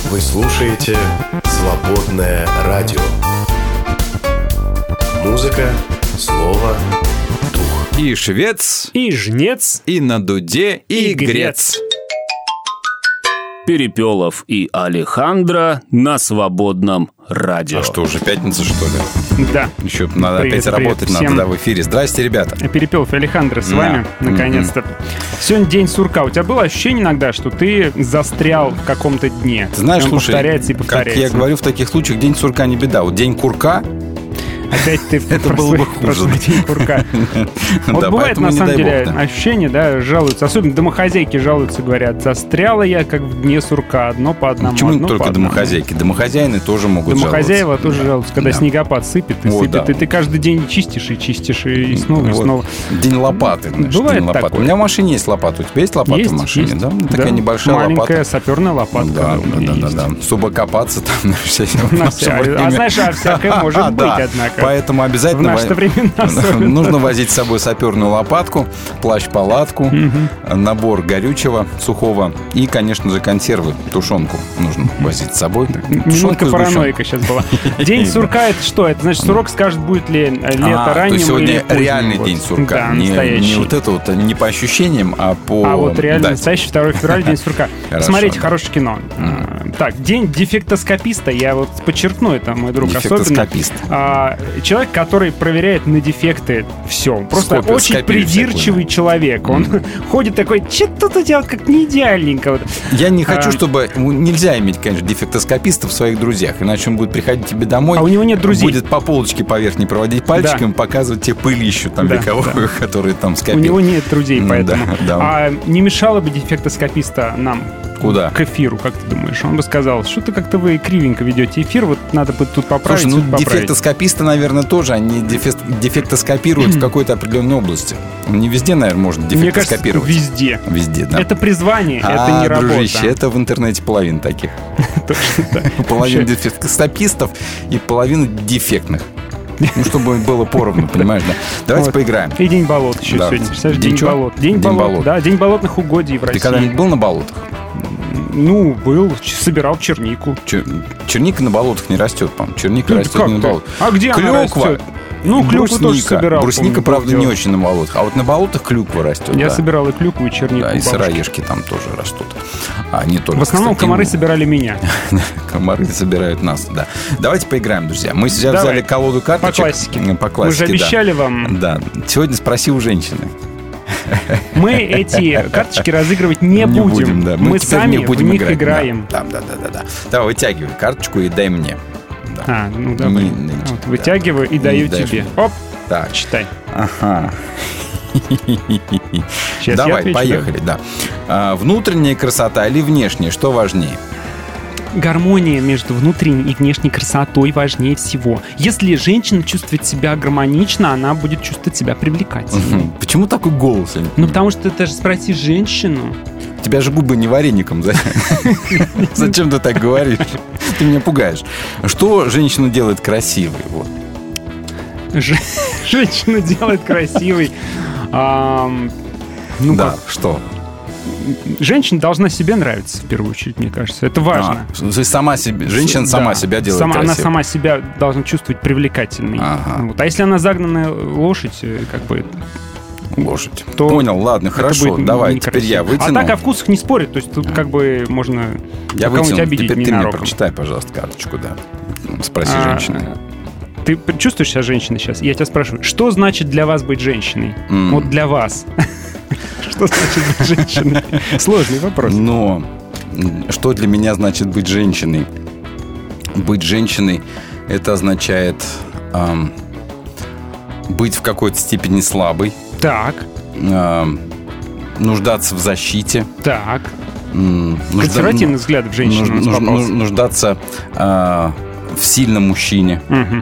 Вы слушаете «Свободное радио». Музыка, слово, дух. И швец, и жнец, и на дуде, и грец. Перепелов и Алехандро на Свободном радио. А что, уже пятница, что ли? Да. Еще надо опять работать, всем. надо в эфире. Здрасте, ребята. Перепелов и Алехандро с вами, наконец-то. Сегодня день сурка. У тебя было ощущение иногда, что ты застрял в каком-то дне? Ты знаешь, он слушай, повторяется и повторяется. как я говорю в таких случаях, день сурка не беда. Вот день курка... Опять ты это было бы хуже. День курка. Вот бывает, на самом деле, ощущение, да, жалуются. Особенно домохозяйки жалуются, говорят, застряла я, как в дне сурка, одно по одному. Почему не только домохозяйки? Домохозяины тоже могут жаловаться. Домохозяева тоже жалуются, когда снегопад сыпет и сыпет, и ты каждый день чистишь, и снова, и снова. День лопаты. Бывает такое. У меня в машине есть лопата. У тебя есть лопата в машине? Да, такая небольшая лопата. Маленькая саперная лопатка. Да. Чтобы копаться там. А знаешь, всякое может быть, однако. Поэтому обязательно нужно возить с собой саперную лопатку, плащ-палатку, набор горючего, сухого и, конечно же, консервы, тушенку нужно возить с собой. Минутка параноика сейчас была. День сурка — это что? Это значит, сурок скажет, будет ли лето ранним или сегодня реальный день сурка. Не вот это вот, не по ощущениям, а по... А вот реально настоящий 2 февраля, день сурка. Посмотрите хорошее кино. Так, день дефектоскописта. Я вот подчеркну это, мой друг, особенно. Человек, который проверяет на дефекты все. Просто очень придирчивый человек. Он ходит такой, что-то тут у тебя как не идеальненько. Я не хочу, чтобы... Нельзя иметь, конечно, дефектоскописта в своих друзьях, иначе он будет приходить к тебе домой. А у него нет друзей. Будет по полочке по верхней проводить пальчиком, показывать тебе пылищу там вековую, которые там скопил. У него нет друзей, поэтому. А не мешало бы дефектоскописта нам? Куда? К эфиру, как ты думаешь? Он бы сказал, что-то как-то вы кривенько ведете эфир, вот надо бы тут поправить. Слушай, дефектоскописты, наверное, тоже, они дефектоскопируют в какой-то определенной области. Не везде, наверное, можно дефектоскопировать. Мне кажется, везде. Везде, да. Это призвание, это не работа. Дружище, это в интернете половина таких. Половина дефектоскопистов и половина дефектных. Ну, чтобы было поровну, понимаешь, да? Давайте поиграем. И день болот еще сегодня. Представляешь, день болот. День болот. Да, день болотных угодий в России. Ты когда-нибудь был на болотах? Ну, был, собирал чернику. Черника на болотах не растет, по-моему. Черника растет не на болотах. А где она растет? Ну, клюкву тоже собирал. Брусника, правда, не очень на болотах. А вот на болотах клюква растет. Я собирал и клюкву, и чернику. Да, и сыроежки там тоже растут. А не только. В основном комары собирали меня. Комары собирают нас, да. Давайте поиграем, друзья. Мы сейчас взяли колоду карточек. По классике. Мы же обещали вам. Да. Сегодня спроси у женщины. Мы эти карточки разыгрывать не будем. Да. Мы сами в них играем. Да. Давай, вытягивай карточку и дай мне. Ну давай. Вот, вытягиваю и даю тебе. Оп, так. читай. Ага. Сейчас давай, поехали, да. Внутренняя красота или внешняя, что важнее? Гармония между внутренней и внешней красотой важнее всего. Если женщина чувствует себя гармонично, она будет чувствовать себя привлекательной. Почему такой голос? Ну, потому что ты же спроси женщину. У тебя же губы не вареником. Зачем ты так говоришь? Ты меня пугаешь. Что женщину делает красивой? Женщину делает красивой. Ну да, что? Женщина должна себе нравиться, в первую очередь, мне кажется. Это важно. Женщина сама себя делает красивой. Она сама себя должна чувствовать привлекательной. А если она загнанная лошадь, как бы... Лошадь. Понял, ладно, хорошо. Давай, теперь я вытяну. А так о вкусах не спорят, то есть тут как бы можно кого-нибудь обидеть ненароком. Теперь ты мне прочитай, пожалуйста, карточку, да. Спроси женщину. Ты чувствуешь себя женщиной сейчас? Я тебя спрашиваю, что значит для вас быть женщиной? Вот для вас. Что значит быть женщиной? Сложный вопрос. Но что для меня значит быть женщиной? Быть женщиной — это означает быть в какой-то степени слабой. Так. Нуждаться в защите. Так. Консервативный взгляд в женщину нуждаться в сильном мужчине.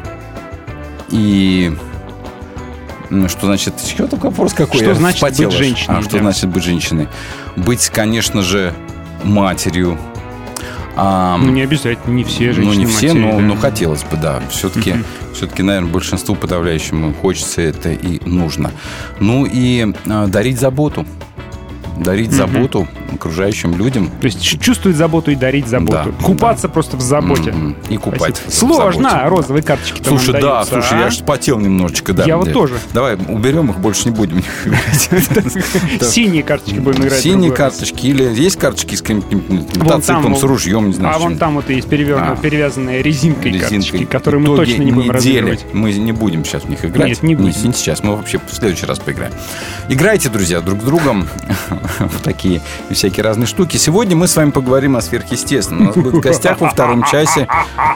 И... Что значит... Что такой вопрос какой? Что значит быть женщиной? Что значит быть женщиной? Быть, конечно же, матерью. Не обязательно, не все женщины. Не все, но хотелось бы, да. Все-таки, наверное, большинству подавляющему хочется это и нужно. Ну и дарить заботу. Дарить заботу окружающим людям. То есть чувствовать заботу и дарить заботу. Да, купаться просто в заботе. И купать. Сложно розовые карточки. Слушай, да, слушай, я же спотел немножечко. Да, я вот тоже. Давай уберем их, больше не будем играть. Синие карточки будем играть. Синие карточки или есть карточки с мотоциклом, с ружьем, не знаю. А вон там вот есть перевязанные резинкой карточки, которые мы точно не будем разыгрывать. Мы не будем сейчас в них играть. Нет, не будем. Не сейчас, мы вообще в следующий раз поиграем. Играйте, друзья, друг с другом в такие всякие разные штуки. Сегодня мы с вами поговорим о сверхъестественном. У нас будет в гостях во втором часе.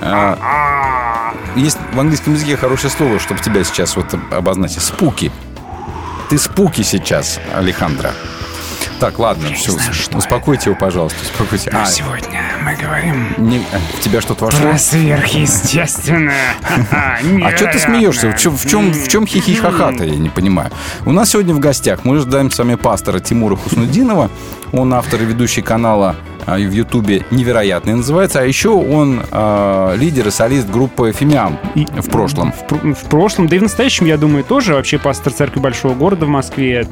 Есть в английском языке хорошее слово, чтобы тебя сейчас вот обозначить. Спуки. Ты спуки сейчас, Алехандро. Так, ладно, все, успокойте его, пожалуйста. Успокойте. Сегодня мы говорим... В тебя что-то вошло? Про сверхъестественное. А что ты смеешься? В чем хихи-ха-ха-то, я не понимаю. У нас сегодня в гостях мы ждаем с вами пастора Тимура Хуснудинова. Он автор и ведущий канала в Ютубе «Невероятный» называется. А еще он лидер и солист группы «Фимиам» в прошлом. В прошлом, да и в настоящем, я думаю, тоже. Вообще пастор церкви Большого города в Москве.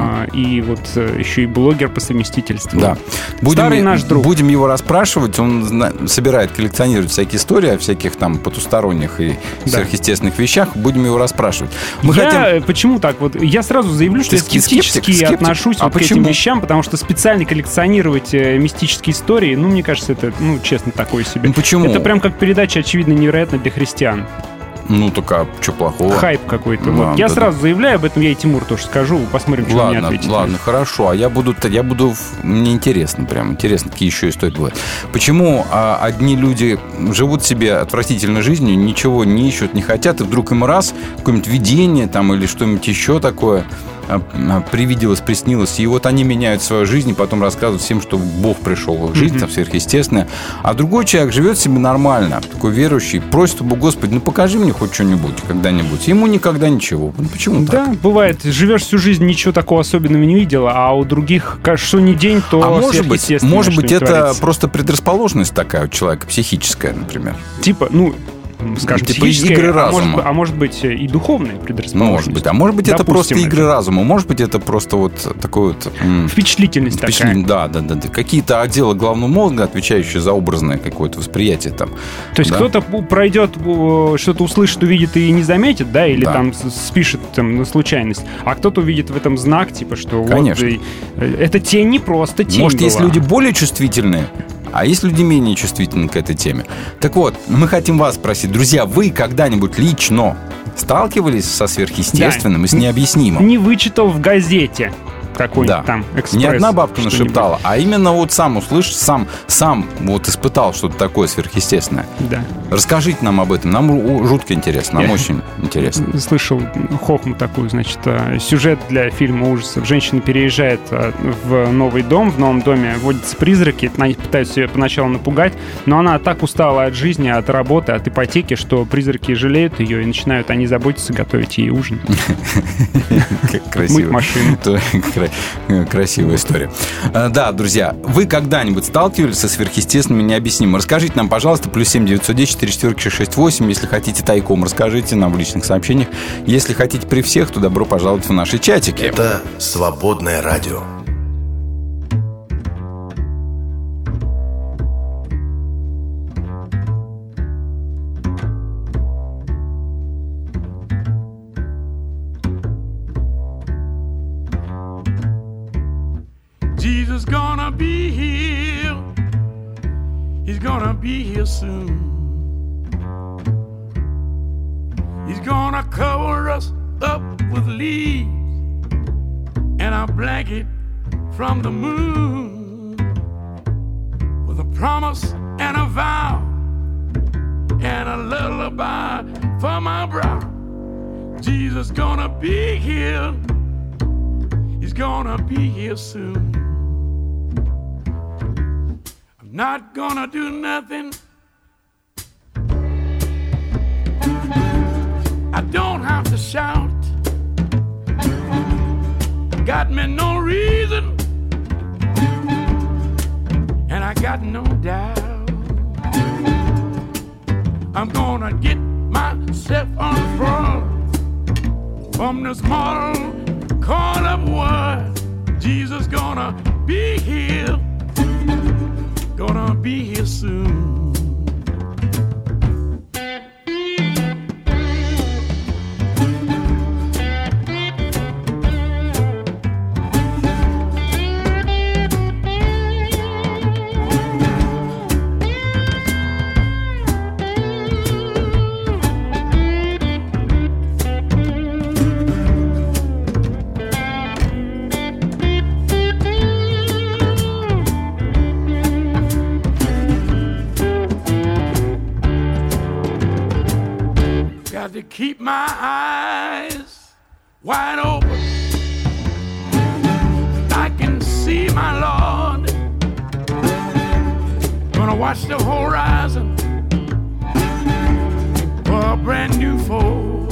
И вот еще и блогер по совместительству. Да. Старый наш друг. Будем его расспрашивать. Он собирает, коллекционирует всякие истории о всяких там потусторонних и сверхъестественных вещах. Будем его расспрашивать. Почему так? Вот я сразу заявлю, что я скептически отношусь к этим вещам, потому что специально коллекционировать мистические истории, мне кажется, это, честно, такое себе. Почему? Это прям как передача, очевидно, невероятно для христиан. Так а что плохого? Хайп какой-то. Я сразу заявляю об этом, я и Тимур тоже скажу, посмотрим, что мне ответит. Ладно, хорошо. А я буду... Мне интересно, прям интересно, какие еще истории бывают. Почему одни люди живут себе отвратительной жизнью, ничего не ищут, не хотят, и вдруг им раз какое-нибудь видение там или что-нибудь еще такое привиделось, приснилось, и вот они меняют свою жизнь, и потом рассказывают всем, что Бог пришел в их жизнь, там сверхъестественное. А другой человек живет себе нормально, такой верующий, просит у Бога: Господи, покажи мне хоть что-нибудь когда-нибудь. Ему никогда ничего. Почему так? Да, бывает. Живешь всю жизнь, ничего такого особенного не видела, а у других, что ни день, то сверхъестественное. Может быть, это творится. Просто предрасположенность такая у человека, психическая, например. Скажем, игры разума. А может быть и духовная предрасположенность. Может быть. А может быть, это просто игры разума. Может быть, это просто вот такой вот... Впечатлительность такая. Да. Какие-то отделы головного мозга, отвечающие за образное какое-то восприятие там. То есть кто-то пройдет, что-то услышит, увидит и не заметит, да? Или там спишет там на случайность. А кто-то увидит в этом знак, типа, что... Конечно. Вот, это тень не просто тень. Может, есть люди более чувствительные, а есть люди менее чувствительны к этой теме. Так вот, мы хотим вас спросить, друзья, вы когда-нибудь лично сталкивались со сверхъестественным и с необъяснимым? Не вычитал в газете какой-нибудь там экспресс. Не одна бабка нашептала, а именно вот сам услышал, сам вот испытал что-то такое сверхъестественное. Да. Расскажите нам об этом. Нам жутко интересно, нам очень интересно. Слышал хохму такую, значит, сюжет для фильма ужасов. Женщина переезжает в новый дом, в новом доме водятся призраки, они пытаются ее поначалу напугать, но она так устала от жизни, от работы, от ипотеки, что призраки жалеют ее и начинают они заботиться, готовить ей ужин. Мыть машину. Красивая история. Да, друзья, вы когда-нибудь сталкивались со сверхъестественным и необъяснимым? Расскажите нам, пожалуйста, +7 910 44 668. Если хотите тайком, расскажите нам в личных сообщениях. Если хотите при всех, то добро пожаловать в наши чатики. Это «Свободное радио». Jesus gonna be here. He's gonna be here soon. He's gonna cover us up with leaves and a blanket from the moon, with a promise and a vow and a lullaby for my brow. Jesus gonna be here. He's gonna be here soon. I'm not gonna do nothing I don't have to shout. Got me no reason, and I got no doubt. I'm gonna get myself unfurled from this mortal coil of wood. Jesus gonna be here, gonna be here soon. To keep my eyes wide open, I can see my Lord. Gonna watch the horizon for a brand new Ford.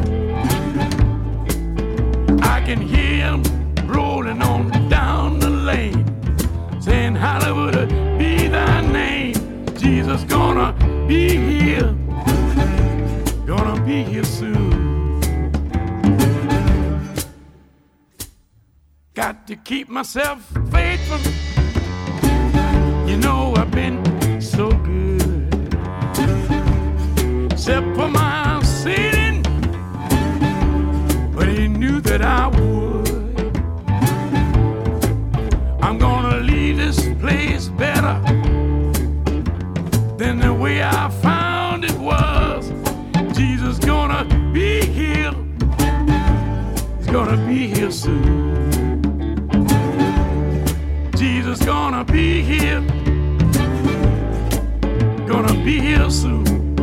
I can hear him rolling on down the lane, saying hallelujah be thy name. Jesus gonna be here, gonna be here soon. Got to keep myself faithful. You know I've been so good, except for my sin, but he knew that I would. I'm gonna leave this place better than the way I found it was. Jesus gonna be here, he's gonna be here soon. Jesus gonna be here, gonna be here soon.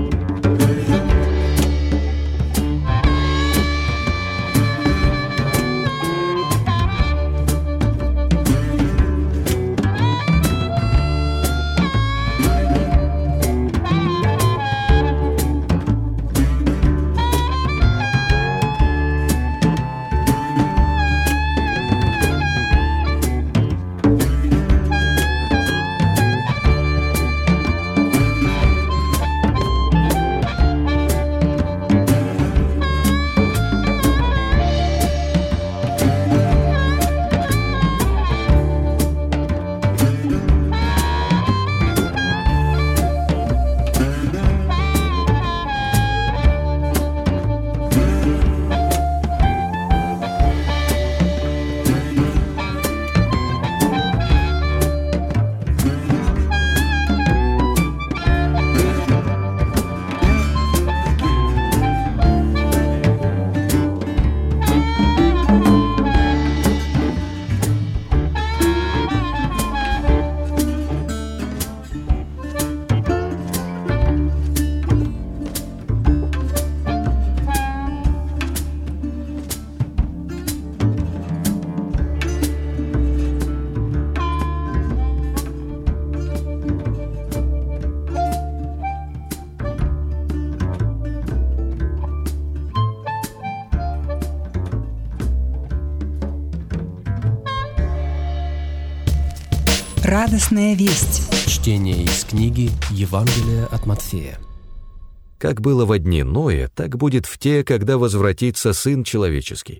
Радостная весть. Чтение из книги Евангелия от Матфея. Как было во дни Ноя, так будет в те, когда возвратится Сын Человеческий.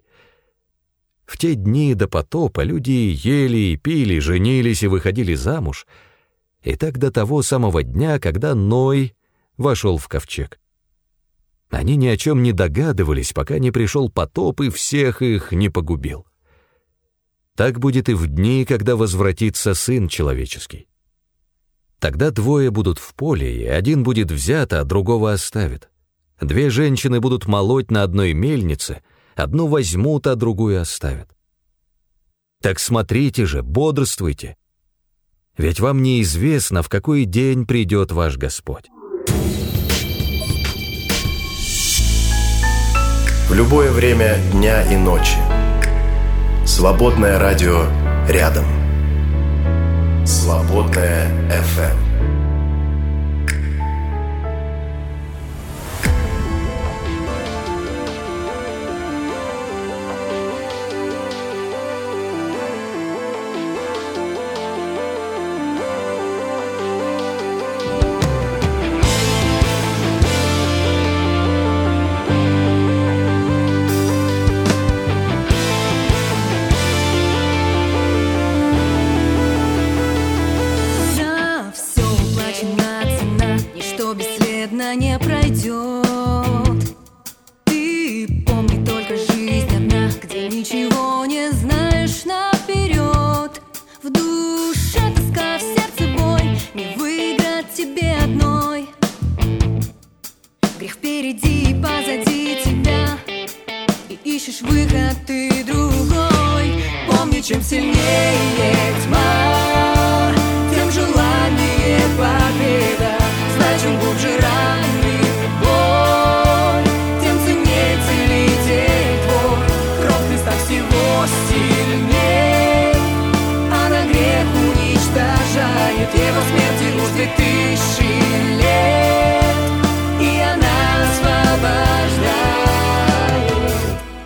В те дни до потопа люди ели и пили, женились и выходили замуж, и так до того самого дня, когда Ной вошел в ковчег. Они ни о чем не догадывались, пока не пришел потоп и всех их не погубил. Так будет и в дни, когда возвратится Сын Человеческий. Тогда двое будут в поле, и один будет взят, а другого оставит. Две женщины будут молоть на одной мельнице, одну возьмут, а другую оставят. Так смотрите же, бодрствуйте, ведь вам неизвестно, в какой день придет ваш Господь. В любое время дня и ночи. Свободное радио рядом. Свободное FM. себе одной. Грех впереди и позади тебя, и ищешь выход ты другой. Помни, чем сильнее тьма, тем желание победа. Знай, чем глубже раны боль, тем ценнее целитель твой. Кровь Христа всего сильней, она грех уничтожает. Его смерти уж 2000 лет, и она освобождает.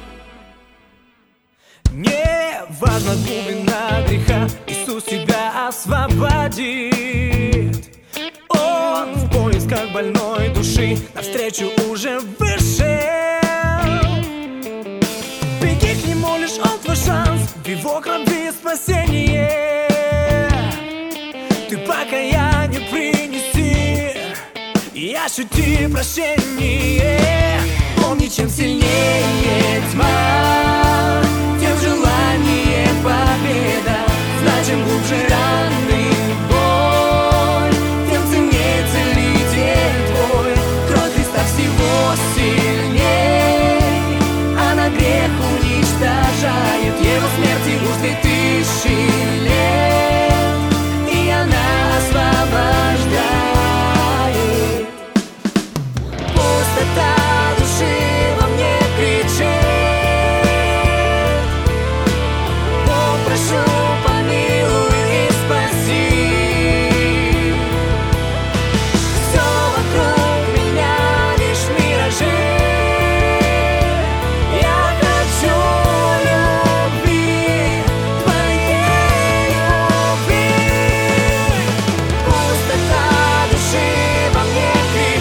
Не важна глубина греха, Иисус тебя освободит. Он в поисках больной души навстречу уже вышел. Беги к нему, лишь он твой шанс, в его крови спасение. Ты покаяние принеси и ощути прощение. Помни, чем сильнее тьма, тем желание победа. Знай, чем глубже раны боль, тем ценнее целитель твой. Кровь Христа всего сильней, она грех уничтожает. Его смерти уж 2000 лет, и она освобождает. Пустота души во мне кричит: Бог, прошу, помилуй и спаси. Все вокруг меня лишь миражи. Я хочу любви, твоей любви. Пустота души во мне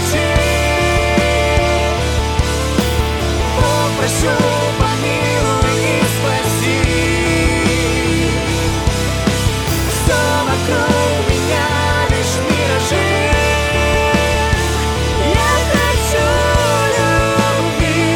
кричит: Бог, прошу, помилуй и спаси. Все вокруг меня лишь миражи. Я хочу любви,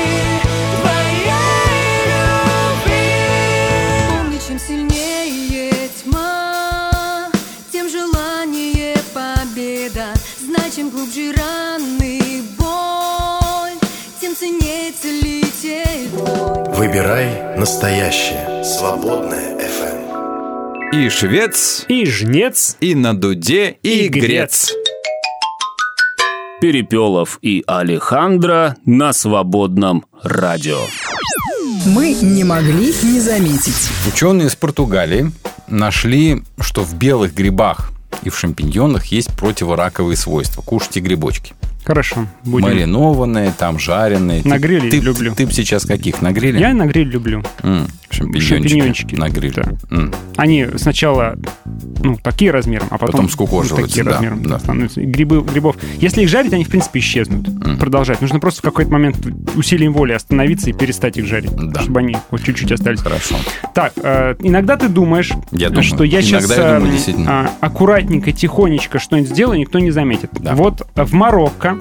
твоей любви. Помни, чем сильнее тьма, тем желание победа. Знай, чем глубже раны боль, тем ценнее целитель твой. Выбирай настоящее. Свободное FM. И швец, И жнец, и на дуде, и грец. Перепелов и Алехандро на свободном радио. Мы не могли не заметить. Ученые из Португалии нашли, что в белых грибах и в шампиньонах есть противораковые свойства. Кушайте грибочки. Хорошо, будем. Маринованные, там жареные. На гриле люблю. Ты сейчас каких? На гриле? Я на гриль люблю. Шампиньончики. На гриль. Да. Они сначала такие размером, а потом скукоживаются. Такие размером да. становятся. Грибов. Если их жарить, они в принципе исчезнут. Продолжать. Нужно просто в какой-то момент усилием воли остановиться и перестать их жарить. Да. Чтобы они хоть чуть-чуть остались. Хорошо. Так, иногда ты думаешь, что я сейчас аккуратненько, тихонечко что-нибудь сделаю, никто не заметит. Да. Вот в Марокко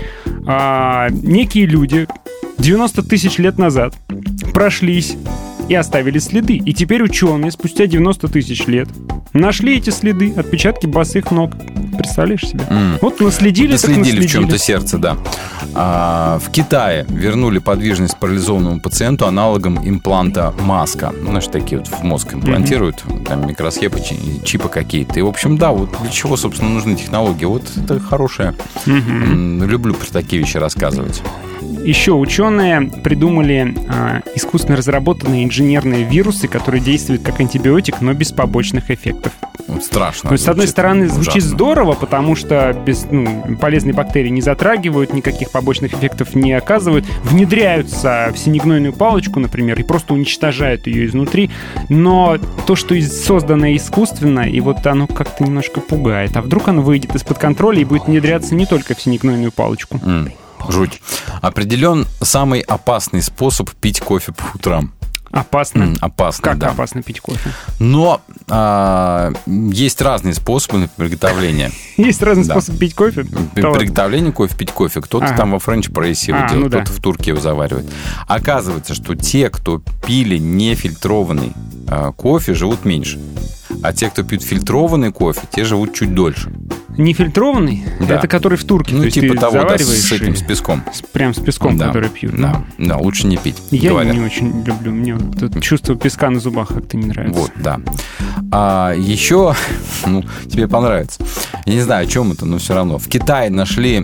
некие люди 90 тысяч лет назад прошлись и оставили следы. И теперь ученые спустя 90 тысяч лет нашли эти следы, отпечатки босых ног. Представляешь себе? Вот наследили, так наследили. В чем-то сердце, да. В Китае вернули подвижность парализованному пациенту аналогом импланта Маска. Значит, такие вот в мозг имплантируют, там микросхемы, чипы какие-то. И, в общем, да, вот для чего, собственно, нужны технологии. Вот это хорошее. Люблю про такие вещи рассказывать. Еще ученые придумали искусственно разработанные инженерные вирусы, которые действуют как антибиотик, но без побочных эффектов. Страшно. То есть, с одной стороны, звучит здорово, потому что полезные бактерии не затрагивают, никаких побочных эффектов не оказывают, внедряются в синегнойную палочку, например, и просто уничтожают ее изнутри. Но то, что создано искусственно, и вот оно как-то немножко пугает. А вдруг оно выйдет из-под контроля и будет внедряться не только в синегнойную палочку? Жуть. Определен самый опасный способ пить кофе по утрам. Опасно? Опасно, как да. Опасно пить кофе? Но есть разные способы приготовления. Есть разные способы пить кофе? Приготовление кофе, пить кофе. Кто-то там во френч-прессе его делает, кто-то в турке его заваривает. Оказывается, что те, кто пили нефильтрованный кофе, живут меньше. А те, кто пьют фильтрованный кофе, те живут чуть дольше. Нефильтрованный? Да. Это который в турке. Ну, то есть типа ты того, завариваешь да, с этим, с песком. Прям с песком, да. который пьют. Да, лучше не пить. Я говорят. не очень люблю. Мне вот это чувство песка на зубах как-то не нравится. Вот, да. А еще, тебе понравится. Я не знаю, о чем это, но все равно. В Китае нашли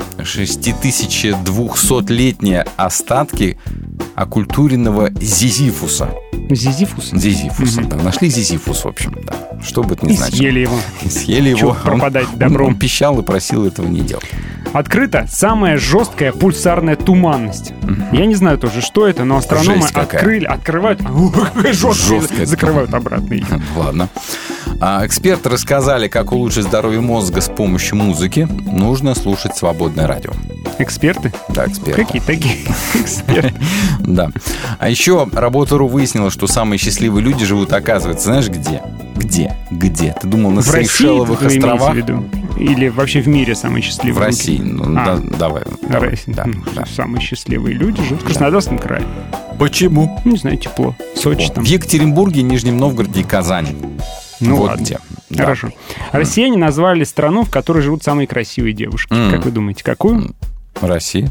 6200-летние остатки оккультуренного зизифуса. Зизифуса, да. Нашли зизифус, в общем, да. Что бы это ни значило. Съели его. Чего пропадать добром. Он пищал и просил этого не делать. Открыта самая жесткая пульсарная туманность. Я не знаю тоже, что это, но астрономы открывают... Жесткая. Закрывают обратно. Ладно. Эксперты рассказали, как улучшить здоровье мозга с помощью музыки. Нужно слушать свободное радио. Эксперты? Да, эксперты. Какие такие эксперты? Да. А еще Работа.ру выяснила, что самые счастливые люди живут, оказывается, знаешь, где? Где? Ты думал, на Сейшеловых островах? В виду? Или вообще в мире самые счастливые в России. Давай. Россия. Да. Самые счастливые люди живут в Краснодарском крае. Почему? Не знаю, тепло. Сочи там. В Екатеринбурге, Нижнем Новгороде и Казани. Ну вот ладно. где. Хорошо. Россияне назвали страну, в которой живут самые красивые девушки. Как вы думаете, какую? Россия.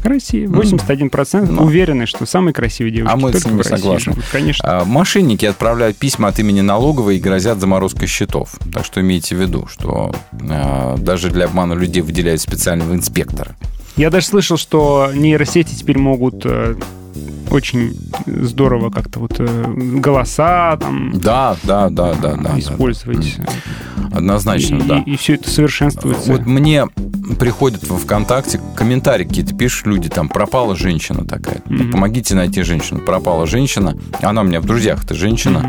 81% уверены, что самые красивые девушки. А мы с ними согласны. Живут, конечно. Мошенники отправляют письма от имени налоговой и грозят заморозкой счетов. Так что имейте в виду, что даже для обмана людей выделяют специального инспектора. Я даже слышал, что нейросети теперь могут очень здорово как-то вот голоса там использовать. Однозначно, да. И все это совершенствуется. Вот мне приходят во ВКонтакте комментарии какие-то, пишут люди, там, пропала женщина такая. Помогите найти женщину. Пропала женщина. Она у меня в друзьях, это женщина.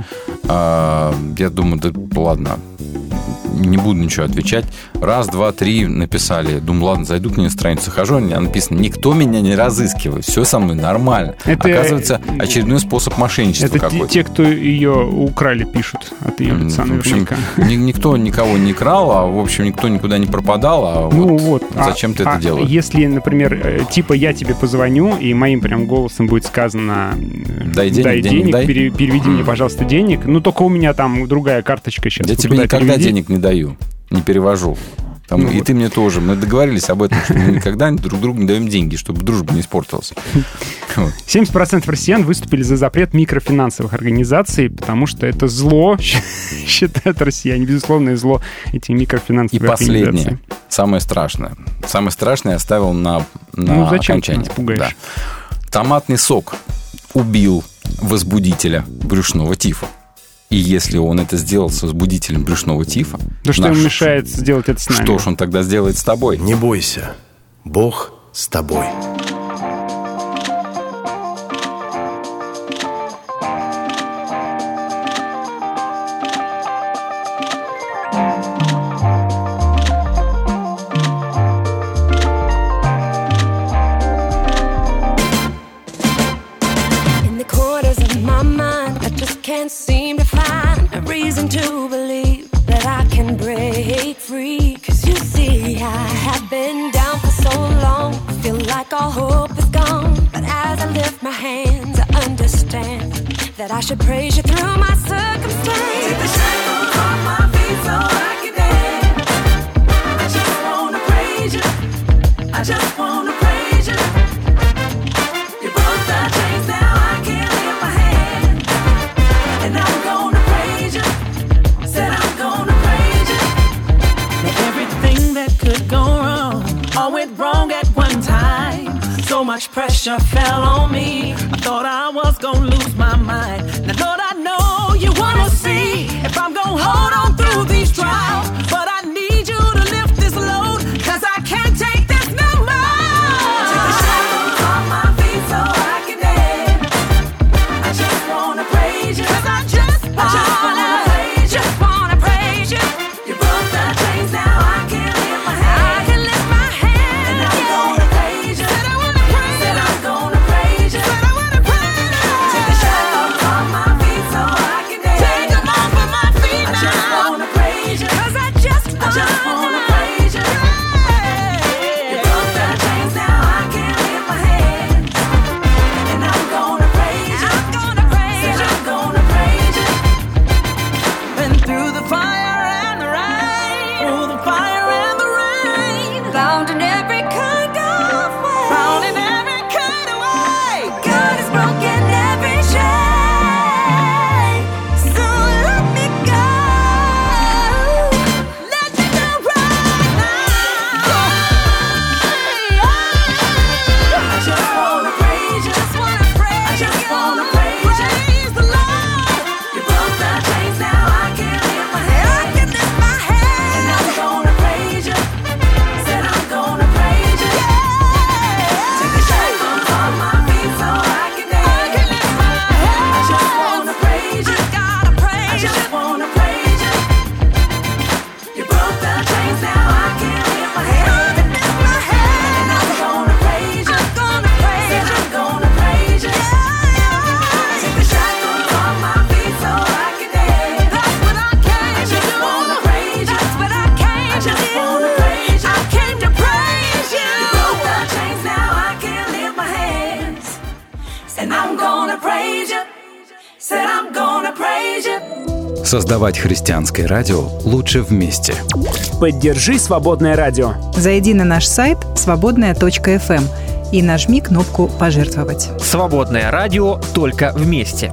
Я думаю, да ладно, не буду ничего отвечать. 1, 2, 3 написали. Думаю, ладно, зайду к ней на страницу, хожу, у меня написано: никто меня не разыскивает, все со мной нормально. Это, оказывается, очередной способ мошенничества какой-то. Это те, кто ее украли, пишут от ее лица наверняка. Никто никого не крал, а в общем никто никуда не пропадал, зачем ты это делаешь? Если, например, типа я тебе позвоню, и моим прям голосом будет сказано: дай денег, переведи мне, пожалуйста, денег. Ну, только у меня там другая карточка сейчас. Я тебе никогда денег не даю, не перевожу. И ты мне тоже. Мы договорились об этом, что мы никогда друг другу не даем деньги, чтобы дружба не испортилась. 70% россиян выступили за запрет микрофинансовых организаций, потому что это зло, считают россияне. Безусловное зло, эти микрофинансовые организации. И последнее, самое страшное. Самое страшное я оставил на окончание. Зачем ты нас пугаешь? Томатный сок убил возбудителя брюшного тифа. И если он это сделал с возбудителем брюшного тифа... Да что ему мешает сделать это с нами? Что ж он тогда сделает с тобой? Не бойся, Бог с тобой. Can't seem to find a reason to believe that I can break free. 'Cause you see, I have been down for so long, feel like all hope is gone. But as I lift my hands, I understand that I should praise you through my circumstance. Take the shackles off my feet so I can dance. I just wanna praise you, I just wanna praise you. You broke the chains, now I can't lift my hands. And I'm gonna praise you, said I'm gonna praise you. Everything that could go wrong, all went wrong at one time. So much pressure fell on me, I thought I was gonna lose my mind. Now Lord, I know you wanna see if I'm gonna hold on through these trials. But I need you to lift this load, 'cause I can't take this no more. Take the shackles off my feet so I can dance. I just wanna praise you, 'cause I just wanna praise you. You broke the chains, now I can lift my hand. And I'm gonna praise you, said I'm gonna praise you. found in every kind of way. Found in every kind of way. God is broken every chain. So let me go. Let me go right now. I just wanna praise you. Just wanna praise you. I just wanna praise you. Praise the Lord. You broke the chains, now I can lift my head. I can lift my head. And I'm gonna praise you. Said I'm gonna praise you. Yeah. Take the shackles off my feet so I can dance. I can lift my head. I just wanna praise you. I gotta praise you. I just wanna praise you. You broke the chains, now I can lift my head. I can lift my head. And I'm gonna praise you. I'm gonna praise you. Said I'm gonna praise you. Yeah. Take the shackles off my feet so I can dance. That's what I came to do. I just wanna praise you. That's what I came to do. I just wanna praise you. I came to praise you. You broke the chains, now I can lift my hands. Said I'm gonna praise you. Said I'm gonna praise you. Создавать христианское радио лучше вместе. Поддержи «Свободное радио». Зайди на наш сайт свободная.фм и нажми кнопку «Пожертвовать». Свободное радио только вместе.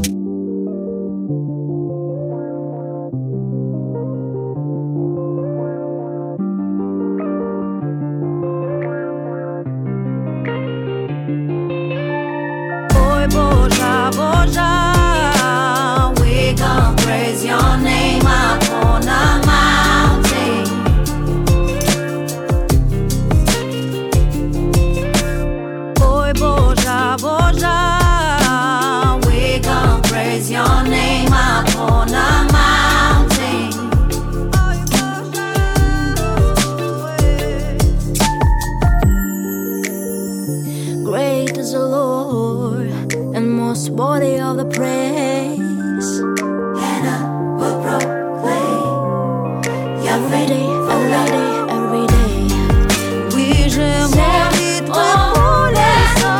Ой, Божа, Божа, we gon' praise your name up on the mountain. Ой, Божа, Божа, we gon' praise your name up on the mountain. Great is the Lord and most worthy of the praise. And I will proclaim every day, every day. We же молитвы поле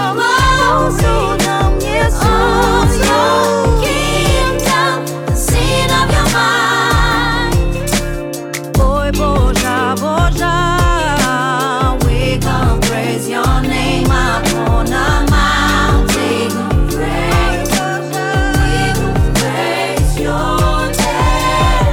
нам несут your kingdom, the sin of your mind. Ой, Божа, Божа, we gon' praise your name up on the mountain. Praise, we gon' praise your name.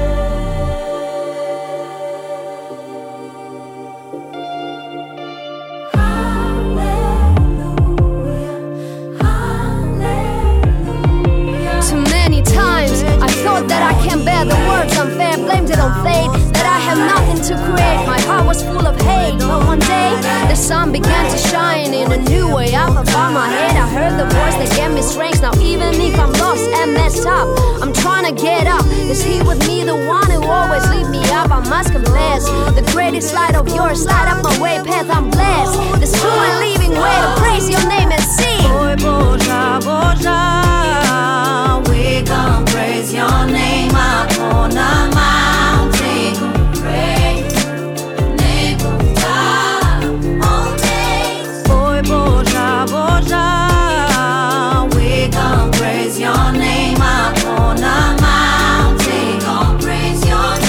Too many times I thought that I can't bear the words unfair, blamed it on fate, that I have nothing to create. My heart was full of hate, but one day the sun began to shine in a new way. Up above my head I heard the voice that gave me strength. Now even if I'm lost and messed up, I'm trying to get up. Is he with me, the one who always lead me up? I must confess, the greatest light of yours light up my way path. I'm blessed, this true and living way to praise your name and sing. Ой, Божа, Божа, we gon' praise your name up on the mountain. Praise the name of God all days. Ой, Божа, Божа, we gon' praise your name up on the mountain. Gon' praise your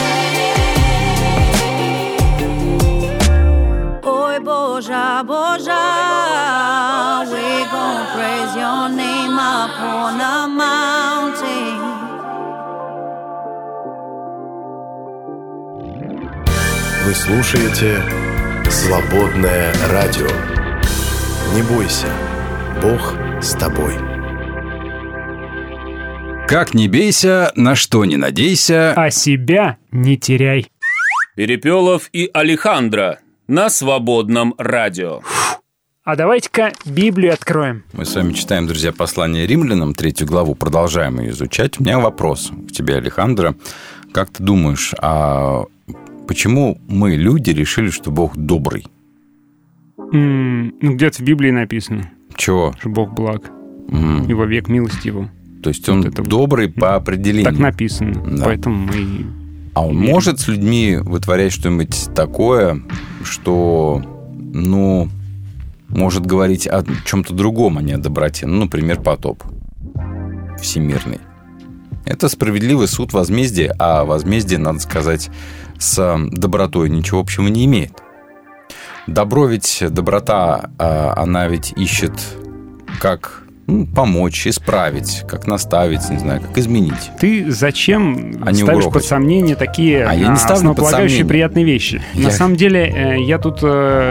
name. Ой, Божа, Божа, we gon' praise your name up on the mountain. Вы слушаете «Свободное радио». Не бойся, Бог с тобой. Как не бейся, на что не надейся, а себя не теряй. Перепелов и Алехандро на Свободном радио. А давайте-ка Библию откроем. Мы с вами читаем, друзья, послание римлянам, 3 главу, продолжаем ее изучать. У меня вопрос к тебе, Алехандро. Как ты думаешь, а почему мы, люди, решили, что Бог добрый? Ну, где-то в Библии написано. Чего? Что Бог благ. И вовек милость его. То есть он добрый по определению. Так написано. Да. Поэтому мы... А он может с людьми вытворять что-нибудь такое, что, ну, может говорить о чем-то другом, а не о доброте? Ну, например, потоп всемирный. Это справедливый суд возмездия, а возмездие, надо сказать, с добротой ничего общего не имеет. Добро ведь, доброта, она ведь ищет, как помочь, исправить, как наставить, не знаю, как изменить. Ты зачем ставишь под сомнение такие основополагающие приятные вещи? На самом деле, я тут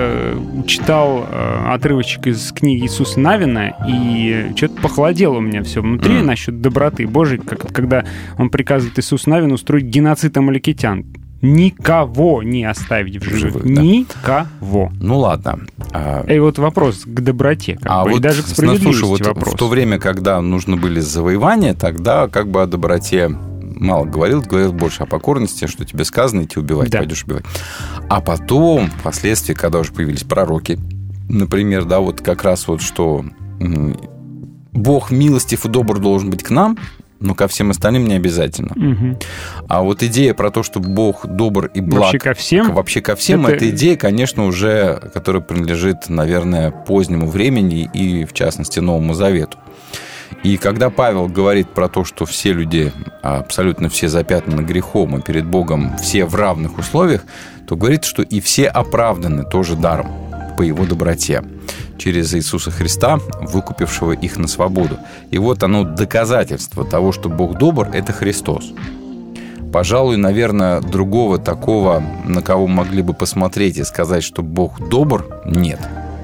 читал отрывочек из книги Иисуса Навина, и что-то похолодело у меня все внутри насчет доброты Божией, когда он приказывает Иисусу Навину устроить геноцид амаликитян. Никого не оставить в живых. Да. Никого. Ну ладно. И вот вопрос к доброте, вот, и даже к справедливости вопрос. В то время, когда нужны были завоевания, тогда как бы о доброте мало говорил больше о покорности, что тебе сказано, идти убивать, пойдешь убивать. А потом, впоследствии, когда уже появились пророки, например, да, вот как раз вот что Бог милостив и добр должен быть к нам, но ко всем остальным не обязательно. Угу. А вот идея про то, что Бог добр и благ вообще ко всем, это идея, конечно, уже, которая принадлежит, наверное, позднему времени и, в частности, Новому Завету. И когда Павел говорит про то, что все люди, абсолютно все запятнаны грехом, и перед Богом все в равных условиях, то говорит, что и все оправданы тоже даром по его доброте через Иисуса Христа, выкупившего их на свободу. И вот оно доказательство того, что Бог добр, это Христос. Пожалуй, наверное, другого такого, на кого могли бы посмотреть и сказать, что Бог добр, нет.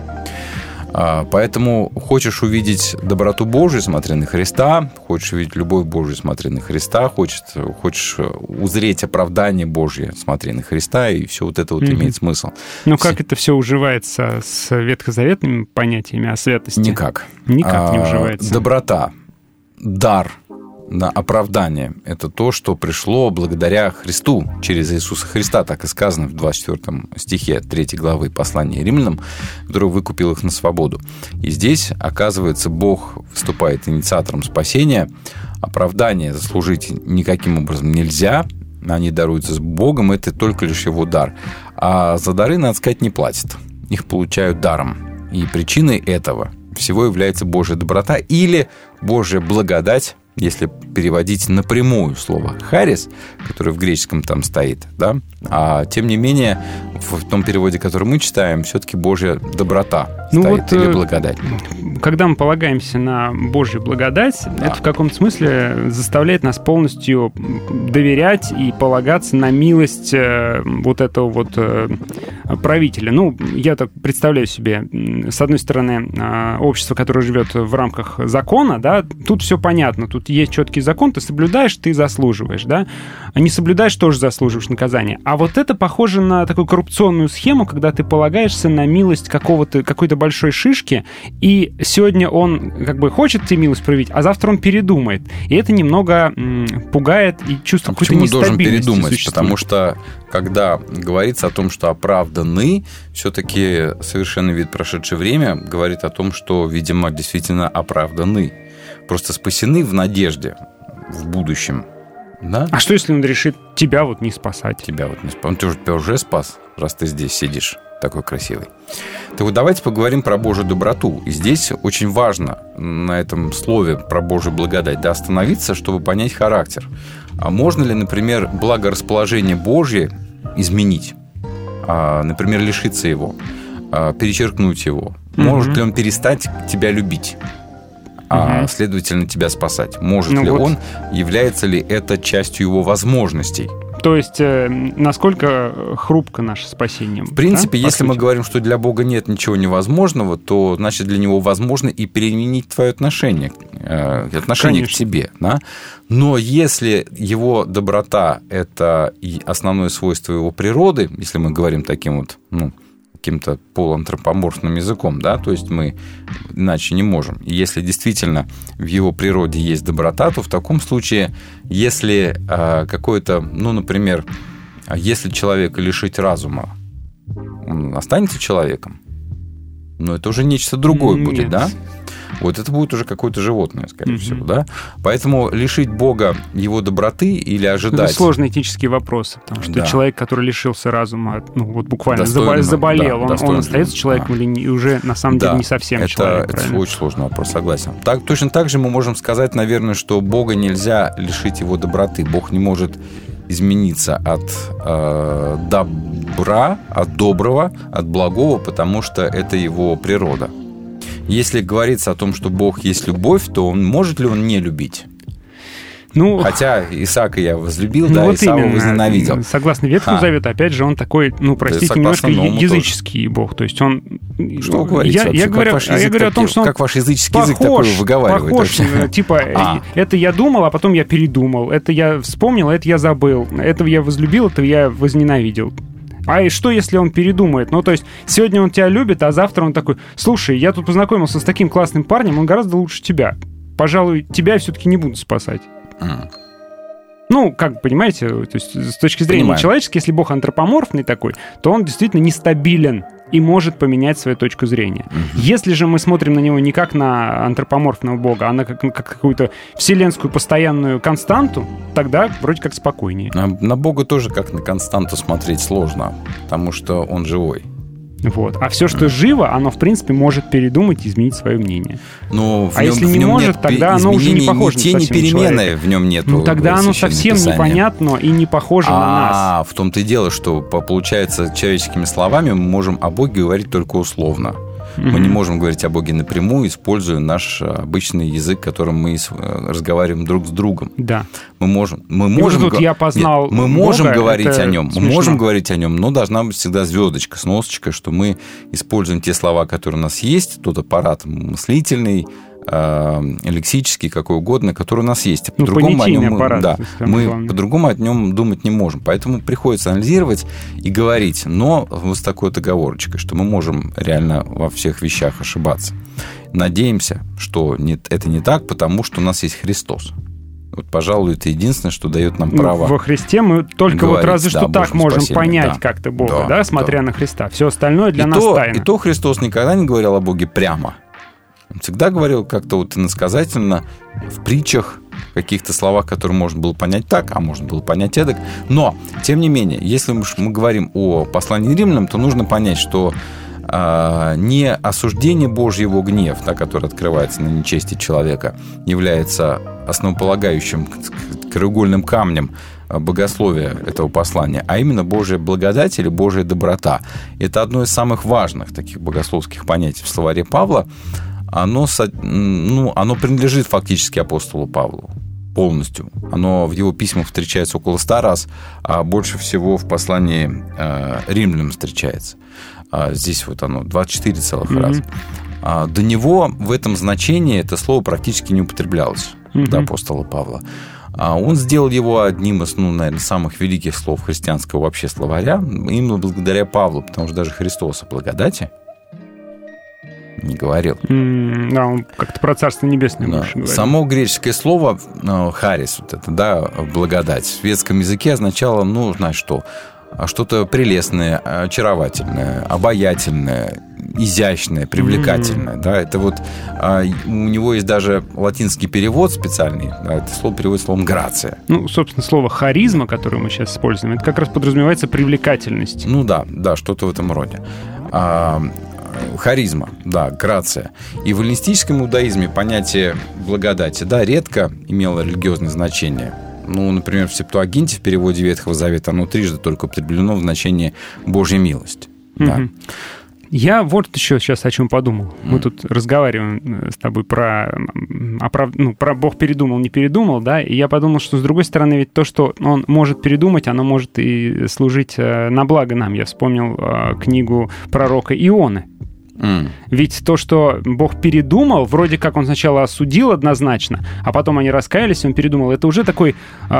Поэтому хочешь увидеть доброту Божию, смотри на Христа, хочешь увидеть любовь Божию, смотри на Христа, хочешь узреть оправдание Божье, смотри на Христа, и все вот это вот имеет смысл. Но как это все уживается с ветхозаветными понятиями о святости? Никак. Никак не уживается. Доброта, дар, оправдание – это то, что пришло благодаря Христу, через Иисуса Христа, так и сказано в 24 стихе 3 главы послания Римлянам, который выкупил их на свободу. И здесь, оказывается, Бог выступает инициатором спасения. Оправдание заслужить никаким образом нельзя, они даруются с Богом, это только лишь его дар. А за дары, надо сказать, не платят, их получают даром. И причиной этого всего является Божья доброта или Божья благодать, если переводить напрямую слово «харис», которое в греческом там стоит, да, а тем не менее в том переводе, который мы читаем, все-таки Божья доброта стоит, или благодать. Когда мы полагаемся на Божью благодать, это в каком-то смысле заставляет нас полностью доверять и полагаться на милость вот этого вот правителя. Ну, я так представляю себе, с одной стороны, общество, которое живет в рамках закона, да, тут все понятно, тут есть четкий закон, ты соблюдаешь, ты заслуживаешь, да, а не соблюдаешь, тоже заслуживаешь наказания. А вот это похоже на такую коррупционную схему, когда ты полагаешься на милость какой-то большой шишки, и сегодня он как бы хочет тебе милость проявить, а завтра он передумает. И это немного пугает и чувство какой-то нестабильности. Почему должен передумать? Существует. Потому что, когда говорится о том, что оправданы, все-таки совершенный вид прошедшее время говорит о том, что, видимо, действительно оправданы. Просто спасены в надежде в будущем. Да? А что, если он решит тебя вот не спасать? Тебя вот не спасать. Он тебя уже спас, раз ты здесь сидишь такой красивый. Так вот, давайте поговорим про Божью доброту. И здесь очень важно на этом слове про Божью благодать, да, остановиться, чтобы понять характер. А можно ли, например, благорасположение Божье изменить? Например, лишиться его, перечеркнуть его? Может ли он перестать тебя любить? Следовательно, тебя спасать. Может ли он, является ли это частью его возможностей? То есть, насколько хрупко наше спасение? В принципе, да? Если мы говорим, что для Бога нет ничего невозможного, то, значит, для Него возможно и переменить твое отношение к тебе. Да? Но если Его доброта – это и основное свойство Его природы, если мы говорим таким вот, каким-то полуантропоморфным языком, да, то есть мы иначе не можем. И если действительно в его природе есть доброта, то в таком случае, если какой-то, например, если человека лишить разума, он останется человеком, но это уже нечто другое будет, да? Вот это будет уже какое-то животное, скорее всего, да? Поэтому лишить Бога его доброты или ожидать... Это сложный этический вопрос, потому что человек, который лишился разума, вот буквально заболел, он остается человеком или уже на самом деле не совсем человек? Это очень сложный вопрос, согласен. Точно так же мы можем сказать, наверное, что Бога нельзя лишить его доброты. Бог не может измениться от добра, от доброго, от благого, потому что это его природа. Если говорится о том, что Бог есть любовь, то может ли он не любить? Ну, хотя Исаака я возлюбил, да, вот Исава возненавидел. Согласно Ветхому Завету, опять же, он такой, простите, немножко языческий Бог. То есть он... Что вы говорите? Я говорю о том, что он как ваш языческий язык такой выговаривает? Похож, типа, это я думал, а потом я передумал. Это я вспомнил, это я забыл. Это я возлюбил, это я возненавидел. А и что, если он передумает? Ну, то есть, сегодня он тебя любит, а завтра он такой: слушай, я тут познакомился с таким классным парнем, он гораздо лучше тебя. Пожалуй, тебя я все-таки не буду спасать. Ну, как понимаете, то есть с точки зрения человеческой, если Бог антропоморфный такой, то он действительно нестабилен и может поменять свою точку зрения. Если же мы смотрим на него не как на антропоморфного Бога, а на как какую-то вселенскую постоянную константу, тогда вроде как спокойнее. На Бога тоже как на константу смотреть сложно, потому что он живой. Вот. А все, что живо, оно, в принципе, может передумать и изменить свое мнение. Но если не может, тогда оно уже не похоже на совсем ни тени, ни перемены в нем нет. Ну, тогда оно совсем непонятно и не похоже на нас. В том-то и дело, что, получается, человеческими словами мы можем о Боге говорить только условно. Мы не можем говорить о Боге напрямую, используя наш обычный язык, которым мы разговариваем друг с другом. Да. Мы можем я познал мы можем Бога, говорить о нем. Смешно. Мы можем говорить о нем, но должна быть всегда звездочка, сносочка, что мы используем те слова, которые у нас есть, тот аппарат мыслительный, лексический, какой угодно, который у нас есть. По-другому о нем, аппарат, мы по-другому о нем думать не можем. Поэтому приходится анализировать и говорить, но вот с такой-то оговорочкой, что мы можем реально во всех вещах ошибаться. Надеемся, что это не так, потому что у нас есть Христос. Вот, пожалуй, это единственное, что дает нам право. Во Христе мы только говорить, разве что так можем понять как-то Бога, смотря на Христа. Все остальное для нас тайна. И то Христос никогда не говорил о Боге прямо. Он всегда говорил как-то вот иносказательно, в притчах, в каких-то словах, которые можно было понять так, а можно было понять эдак. Но, тем не менее, если мы говорим о послании римлянам, то нужно понять, что не осуждение Божьего, его гнев, который открывается на нечестие человека, является основополагающим краеугольным камнем богословия этого послания, а именно Божья благодать или Божья доброта. Это одно из самых важных таких богословских понятий в словаре Павла. Оно принадлежит фактически апостолу Павлу полностью. Оно в его письмах встречается около 100 раз, а больше всего в послании римлянам встречается. Здесь вот оно 24 целых раза. До него в этом значении это слово практически не употреблялось, до апостола Павла. Он сделал его одним из, наверное, самых великих слов христианского вообще словаря, именно благодаря Павлу, потому что даже Христос о благодати не говорил. Да, он как-то про Царство Небесное больше говорил. Само греческое слово «харис», вот это, благодать, в светском языке означало, что-то прелестное, очаровательное, обаятельное, изящное, привлекательное. Да, это вот у него есть даже латинский перевод специальный. Да, это слово переводится словом «грация». Собственно, слово «харизма», которое мы сейчас используем, это как раз подразумевается привлекательность. Да, что-то в этом роде. Харизма, да, грация. И в эллинистическом иудаизме понятие благодати, редко имело религиозное значение. Например, в Септуагинте, в переводе Ветхого Завета, оно трижды только употреблено в значении Божья милость. Да. Я вот еще сейчас о чем подумал. Мы тут разговариваем с тобой про Бог передумал, не передумал, да, и я подумал, что, с другой стороны, ведь то, что он может передумать, оно может и служить на благо нам. Я вспомнил книгу пророка Ионы. Ведь то, что Бог передумал, вроде как он сначала осудил однозначно, а потом они раскаялись, он передумал. Это уже такой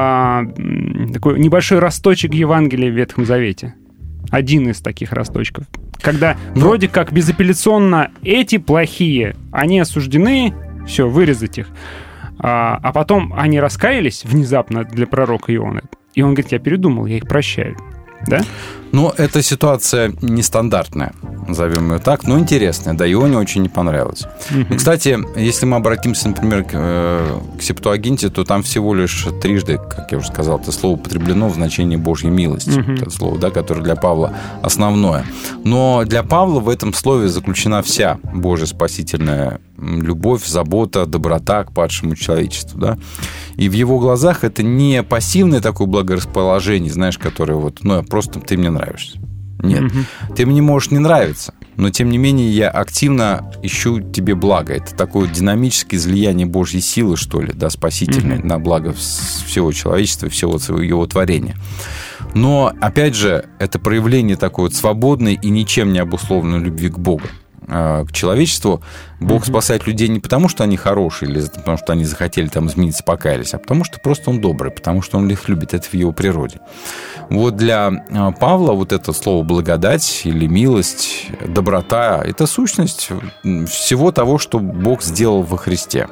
небольшой росточек Евангелия в Ветхом Завете. Один из таких росточков. Когда вроде как безапелляционно эти плохие, они осуждены, все, вырезать их. А потом они раскаялись внезапно для пророка Ионы. И он говорит, я передумал, я их прощаю. Да? Но эта ситуация нестандартная, назовем ее так, но интересная. Да, Ионе очень не понравилось. Кстати, если мы обратимся, например, к Септуагинте, то там всего лишь трижды, как я уже сказал, это слово употреблено в значении Божьей милости. Это слово, которое для Павла основное. Но для Павла в этом слове заключена вся Божья спасительная любовь, забота, доброта к падшему человечеству, да. И в его глазах это не пассивное такое благорасположение, знаешь, которое вот, просто ты мне нравишься. Нет, ты мне можешь не нравиться, но тем не менее я активно ищу тебе благо. Это такое динамическое излияние Божьей силы, что ли, да, спасительное, на благо всего человечества, всего его творения. Но, опять же, это проявление такой вот свободной и ничем не обусловленной любви к Богу, к человечеству. Бог спасает людей не потому, что они хорошие, или потому, что они захотели там измениться, покаялись, а потому, что просто Он добрый, потому что Он их любит. Это в Его природе. Вот для Павла вот это слово «благодать» или «милость», «доброта» – это сущность всего того, что Бог сделал во Христе,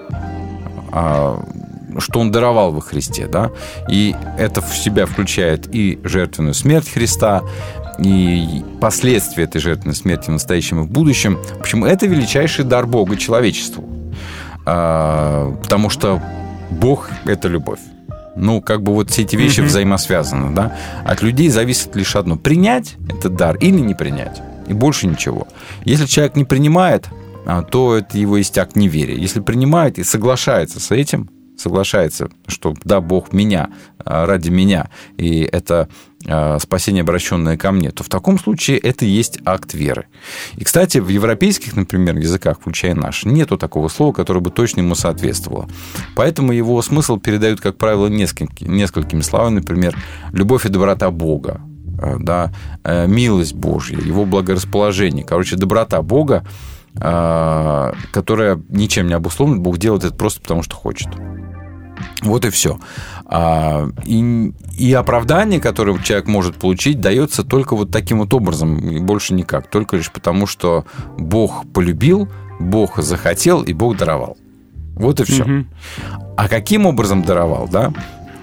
что Он даровал во Христе, да, и это в себя включает и жертвенную смерть Христа, и последствия этой жертвенной смерти в настоящем и в будущем. Почему? Это величайший дар Бога человечеству, потому что Бог – это любовь. Вот все эти вещи взаимосвязаны, да. От людей зависит лишь одно – принять этот дар или не принять, и больше ничего. Если человек не принимает, то это его есть акт неверия. Если принимает и соглашается с этим, что да, Бог меня, ради меня, и это спасение, обращенное ко мне, то в таком случае это и есть акт веры. И, кстати, в европейских, например, языках, включая наш, нету такого слова, которое бы точно ему соответствовало. Поэтому его смысл передают, как правило, несколькими словами, например, любовь и доброта Бога, да, милость Божья, его благорасположение. Доброта Бога, которая ничем не обусловлена, Бог делает это просто потому, что хочет. Вот и все. И оправдание, которое человек может получить, дается только вот таким вот образом, и больше никак. Только лишь потому, что Бог полюбил, Бог захотел, и Бог даровал. Вот и все. А каким образом даровал, да?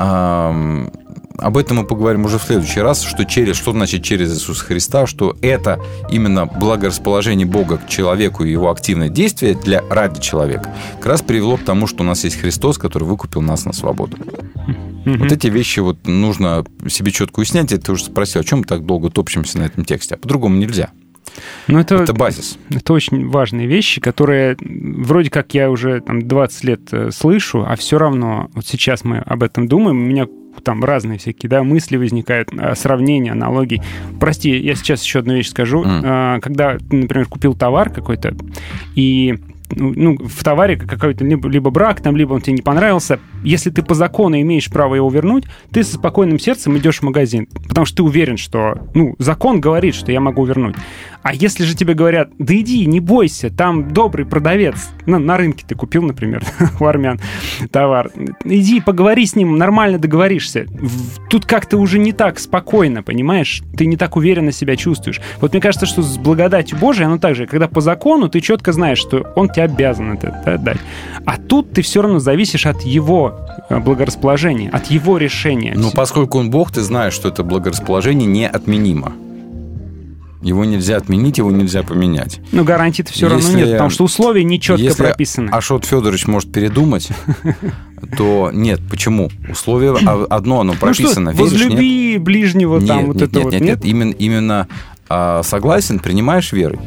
Об этом мы поговорим уже в следующий раз, что значит через Иисуса Христа, что это именно благорасположение Бога к человеку и его активное действие ради человека как раз привело к тому, что у нас есть Христос, который выкупил нас на свободу. Вот эти вещи нужно себе четко уяснять. Ты уже спросил, о чем мы так долго топчемся на этом тексте, а по-другому нельзя. Это базис. Это очень важные вещи, которые вроде как я уже 20 лет слышу, а все равно вот сейчас мы об этом думаем, у меня там разные всякие мысли возникают, сравнения, аналогии. Прости, я сейчас еще одну вещь скажу. Когда ты, например, купил товар какой-то, и в товаре какой-то либо брак, либо он тебе не понравился, если ты по закону имеешь право его вернуть, ты со спокойным сердцем идешь в магазин, потому что ты уверен, что закон говорит, что я могу вернуть. А если же тебе говорят, да иди, не бойся, там добрый продавец, на рынке ты купил, например, у армян товар, иди, поговори с ним, нормально договоришься. Тут как-то уже не так спокойно, понимаешь? Ты не так уверенно себя чувствуешь. Вот мне кажется, что с благодатью Божией оно так же, когда по закону ты четко знаешь, что он тебе обязан это дать. А тут ты все равно зависишь от его благорасположения, от его решения. Но поскольку он Бог, ты знаешь, что это благорасположение неотменимо. Его нельзя отменить, его нельзя поменять. Гарантий-то все равно нет, потому что условия нечетко прописаны. Если Ашот Федорович может передумать, то нет. Почему? Условие одно, оно прописано. Возлюби ближнего, там вот это вот. Нет, именно согласен, принимаешь верой.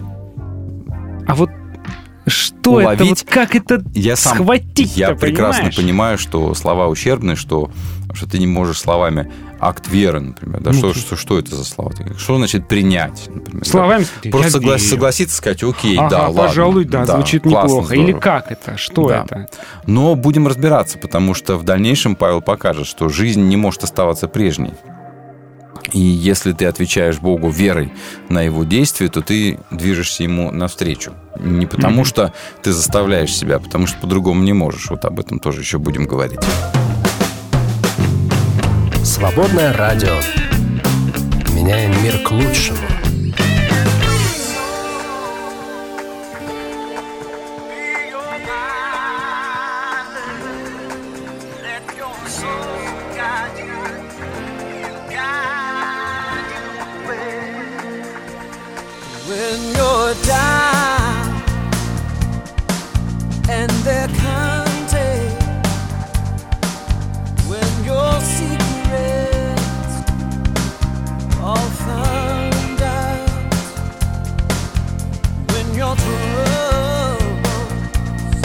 А вот что это? Вот как это схватить-то, Я прекрасно понимаю, что слова ущербные, что ты не можешь словами акт веры, например. Да? Что это за слова? Что значит принять, например? Словами да? Просто согласиться, сказать, окей, да, ладно. Пожалуй, да, звучит неплохо. Здорово. Или как это? Что это? Но будем разбираться, потому что в дальнейшем Павел покажет, что жизнь не может оставаться прежней. И если ты отвечаешь Богу верой на Его действия, то ты движешься Ему навстречу. Не потому, что ты заставляешь себя, а потому что по-другому не можешь. Вот об этом тоже еще будем говорить. Свободное радио. Меняем мир к лучшему. When you're down and they're counting, when your secrets all found out, when your troubles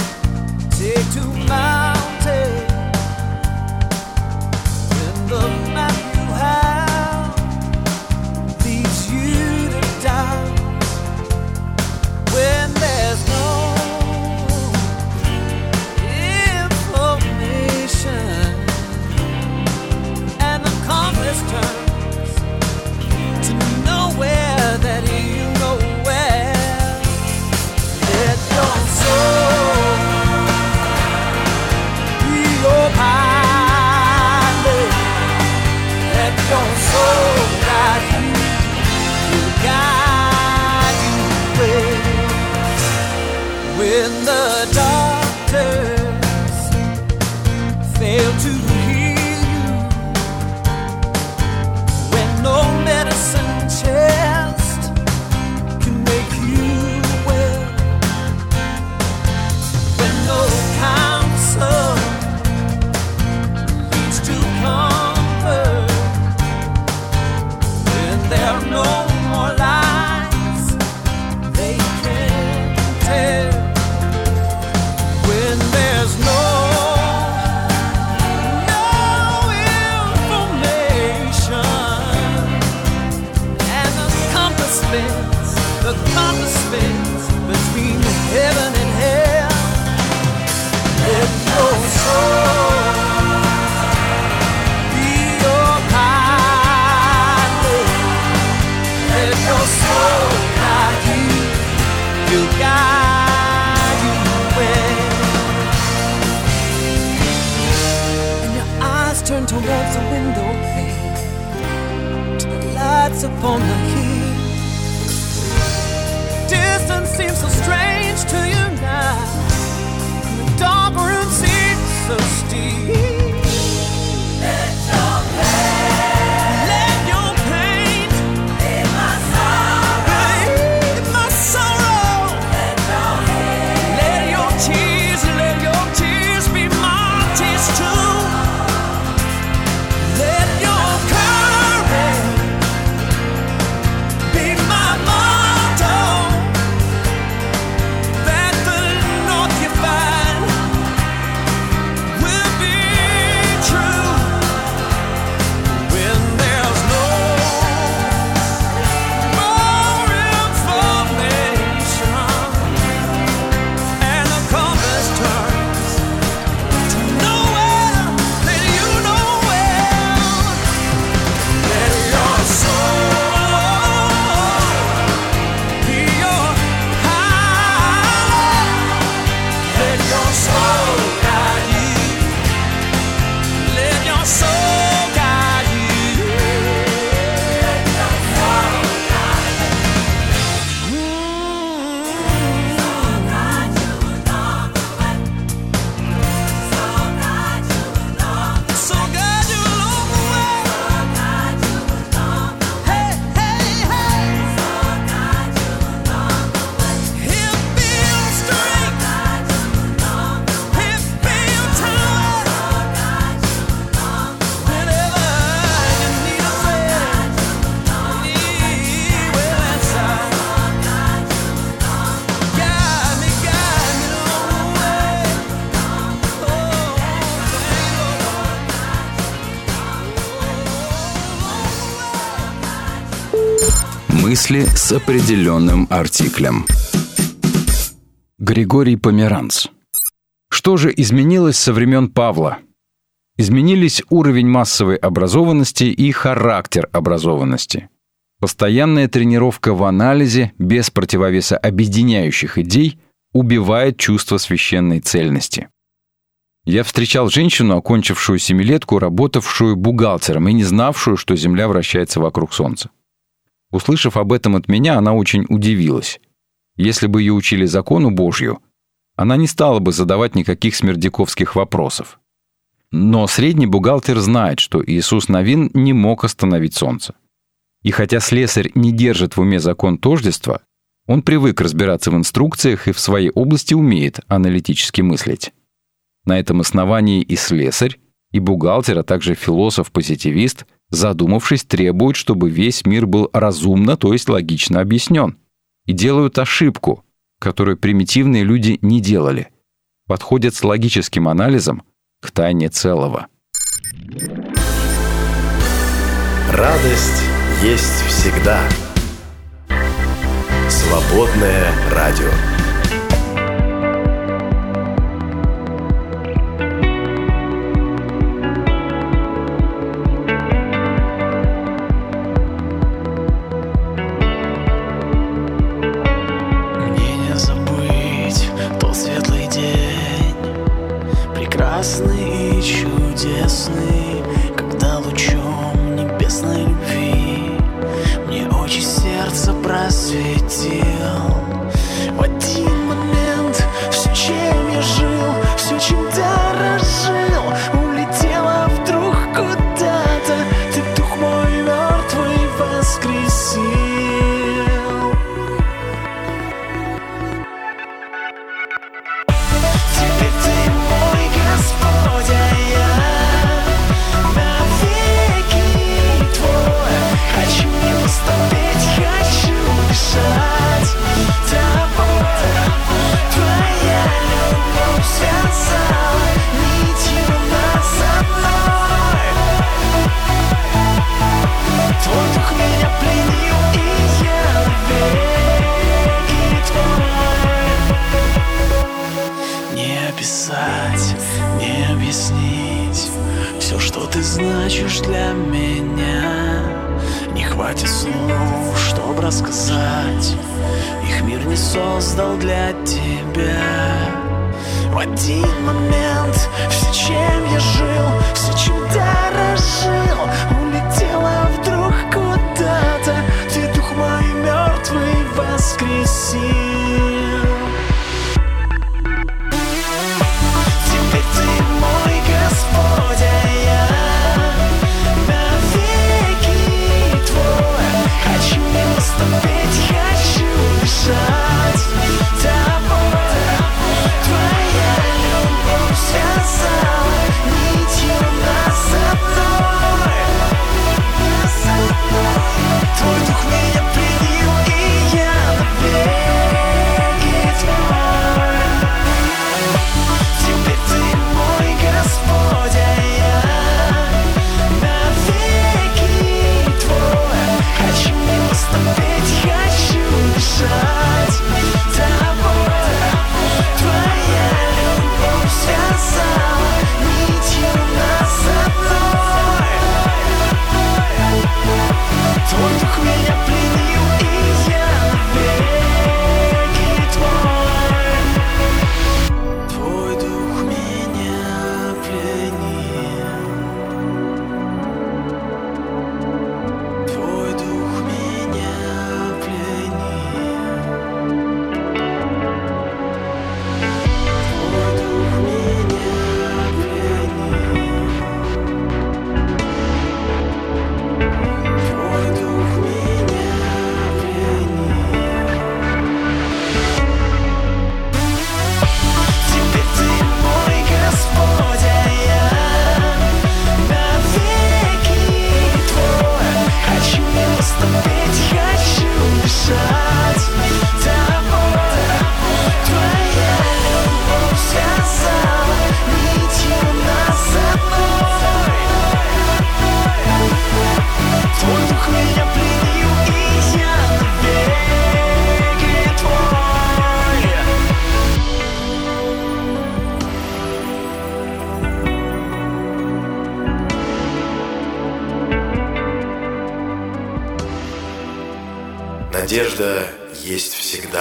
of the space between heaven and hell. Let your soul be your pilot. Let your soul guide you. Will guide you well. And your eyes turn towards the window pane, to the lights upon the hill. Distance seems so strange to you now, and the dark room seems so steep. Let your pain be my sorrow. Let your tears be my tears too. Let your courage be my motto. That the north you find will be true. When there's no more information and the compass turns to nowhere, then you know well. Let your soul be your pilot. Let your soul guide you. Let your soul guide you. Let your soul guide you. Soul guide you along the way. Soul guide you along the way. Soul guide you along the way. Soul guide you along the way. Hey, hey, hey. Soul guide you along the way. He'll be your strength. He'll be your tower. Whenever you need a friend, he will answer. Guide me along the way. Мысли с определенным артиклем. Григорий Померанц. Что же изменилось со времен Павла? Изменились уровень массовой образованности и характер образованности. Постоянная тренировка в анализе без противовеса объединяющих идей убивает чувство священной цельности. Я встречал женщину, окончившую семилетку, работавшую бухгалтером и не знавшую, что Земля вращается вокруг Солнца. Услышав об этом от меня, она очень удивилась. Если бы ее учили закону Божью, она не стала бы задавать никаких смердяковских вопросов. Но средний бухгалтер знает, что Иисус Навин не мог остановить Солнце. И хотя слесарь не держит в уме закон тождества, он привык разбираться в инструкциях и в своей области умеет аналитически мыслить. На этом основании и слесарь, и бухгалтер, а также философ-позитивист, задумавшись, требуют, чтобы весь мир был разумно, то есть логично объяснен. И делают ошибку, которую примитивные люди не делали. Подходят с логическим анализом к тайне целого. Радость есть всегда. Свободное радио. Прекрасный и чудесный, когда лучом небесной любви мне очи сердца просветил. В один момент все, чем я жил, все, чем дорожил, улетело вдруг куда-то. Ты дух мой мертвый воскресил. Теперь ты мой Господь, а я хватит слов, чтоб рассказать. Их мир не создал для тебя. В один момент все, чем я жил, все, чем дорожил, улетело вдруг куда-то. Ты дух мой мертвый воскресил. Теперь ты мой Господь, а я навеки твой. Хочу милостно петь, хочу дышать тобой. Твоя любовь связала нитью нас одной. Твой дух меня пленил, и я навеки твой. Теперь ты мой Господь, а я навеки твой. Хочу милостно петь, хочу дышать тобой. Твоя любовь связала нитью нас одной. Твой дух меня пленил, и я навеки твой. Твой дух меня пленил. Твой дух меня пленил. Твой дух меня пленил. Твой дух меня пленил. Теперь ты мой Господь, а я навеки твой. Хочу милостно петь, хочу дышать тобой. Твоя любовь связала нитью нас одной. Твой дух меня пленил, и я навеки твой. Надежда есть всегда.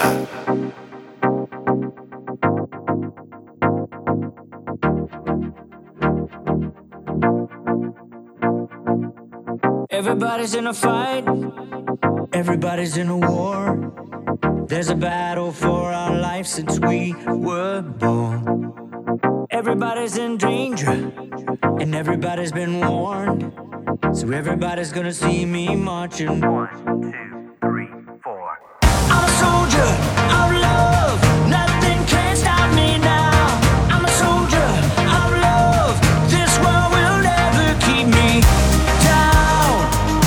Everybody's in a fight, everybody's in a war. There's a battle for our life since we were born. Everybody's in danger, and everybody's been warned. So everybody's gonna see me marching. 1, 2, 3, 4. I'm a soldier of love, nothing can stop me now. I'm a soldier of love, this world will never keep me down.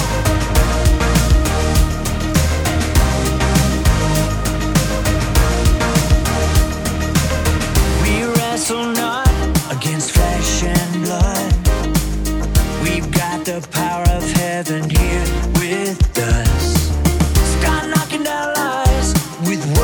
We wrestle not against flesh and blood. We've got the power of heaven here with us. Start knocking down lies with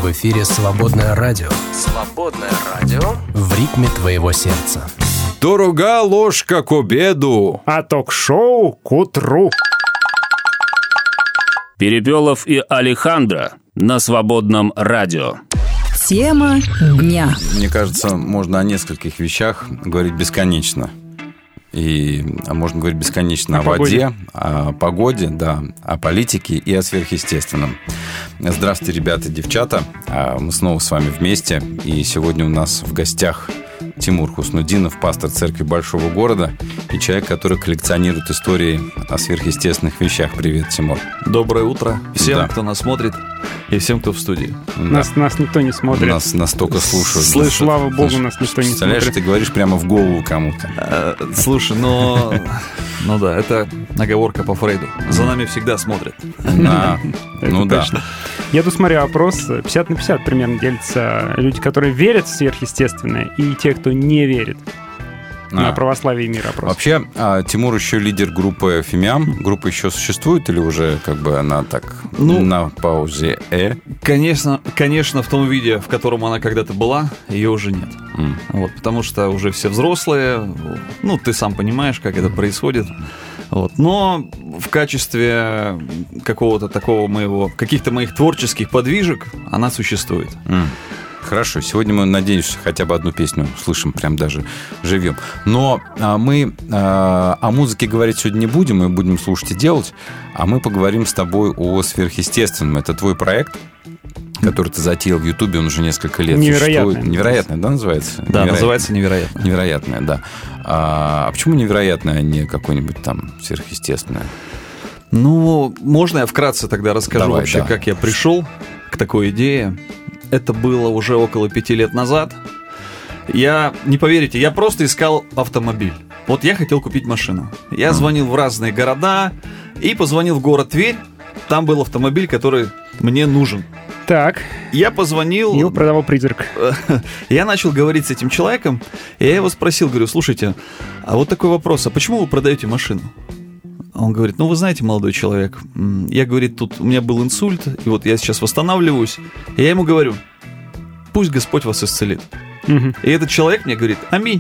В эфире «Свободное радио». Свободное радио. В ритме твоего сердца. Дорога ложка к обеду. А ток-шоу к утру. Перепелов и Алехандро на Свободном радио. Тема дня. Мне кажется, можно о нескольких вещах говорить бесконечно. А можно говорить бесконечно о воде, о погоде, да, о политике и о сверхъестественном. Здравствуйте, ребята, девчата. Мы снова с вами вместе. И сегодня у нас в гостях Тимур Хуснудинов, пастор церкви Большого города и человек, который коллекционирует истории о сверхъестественных вещах. Привет, Тимур. Доброе утро всем, кто нас смотрит, и всем, кто в студии. Нас никто не смотрит. Нас настолько слушают. Слава богу, нас никто не смотрит. Представляешь, ты говоришь прямо в голову кому-то. Слушай, ну да, это оговорка по Фрейду. За нами всегда смотрят. Ну да. Я тут смотрю опрос, 50 на 50 примерно делятся люди, которые верят в сверхъестественное, и те, кто не верит. На православие мира опрос. Вообще, Тимур еще лидер группы «Фимиам». Группа еще существует или уже как бы она так на паузе? Конечно, в том виде, в котором она когда-то была, ее уже нет. Вот, потому что уже все взрослые, ну, ты сам понимаешь, как это происходит. Вот. Но в качестве какого-то такого каких-то моих творческих подвижек она существует. Хорошо, сегодня мы, надеюсь, хотя бы одну песню слышим, прям даже живем. Но мы о музыке говорить сегодня не будем, мы будем слушать и делать, а мы поговорим с тобой о сверхъестественном. Это твой проект, который ты затеял в Ютубе, он уже несколько лет существует. Невероятное, да, называется? Да, называется «Невероятное». Невероятное, да. А почему невероятное, а не какое-нибудь там сверхъестественное? Ну, можно я вкратце тогда расскажу как я пришел к такой идее. Это было уже около 5 лет назад. Я, не поверите, я просто искал автомобиль. Вот я хотел купить машину. Я звонил в разные города и позвонил в город Тверь. Там был автомобиль, который мне нужен. Так. Я позвонил. Его продавал призрак. Я начал говорить с этим человеком, и я его спросил, говорю, слушайте, а вот такой вопрос, а почему вы продаете машину? Он говорит, ну вы знаете, молодой человек, я, говорит, тут у меня был инсульт, и вот я сейчас восстанавливаюсь. И я ему говорю, пусть Господь вас исцелит. И этот человек мне говорит, аминь.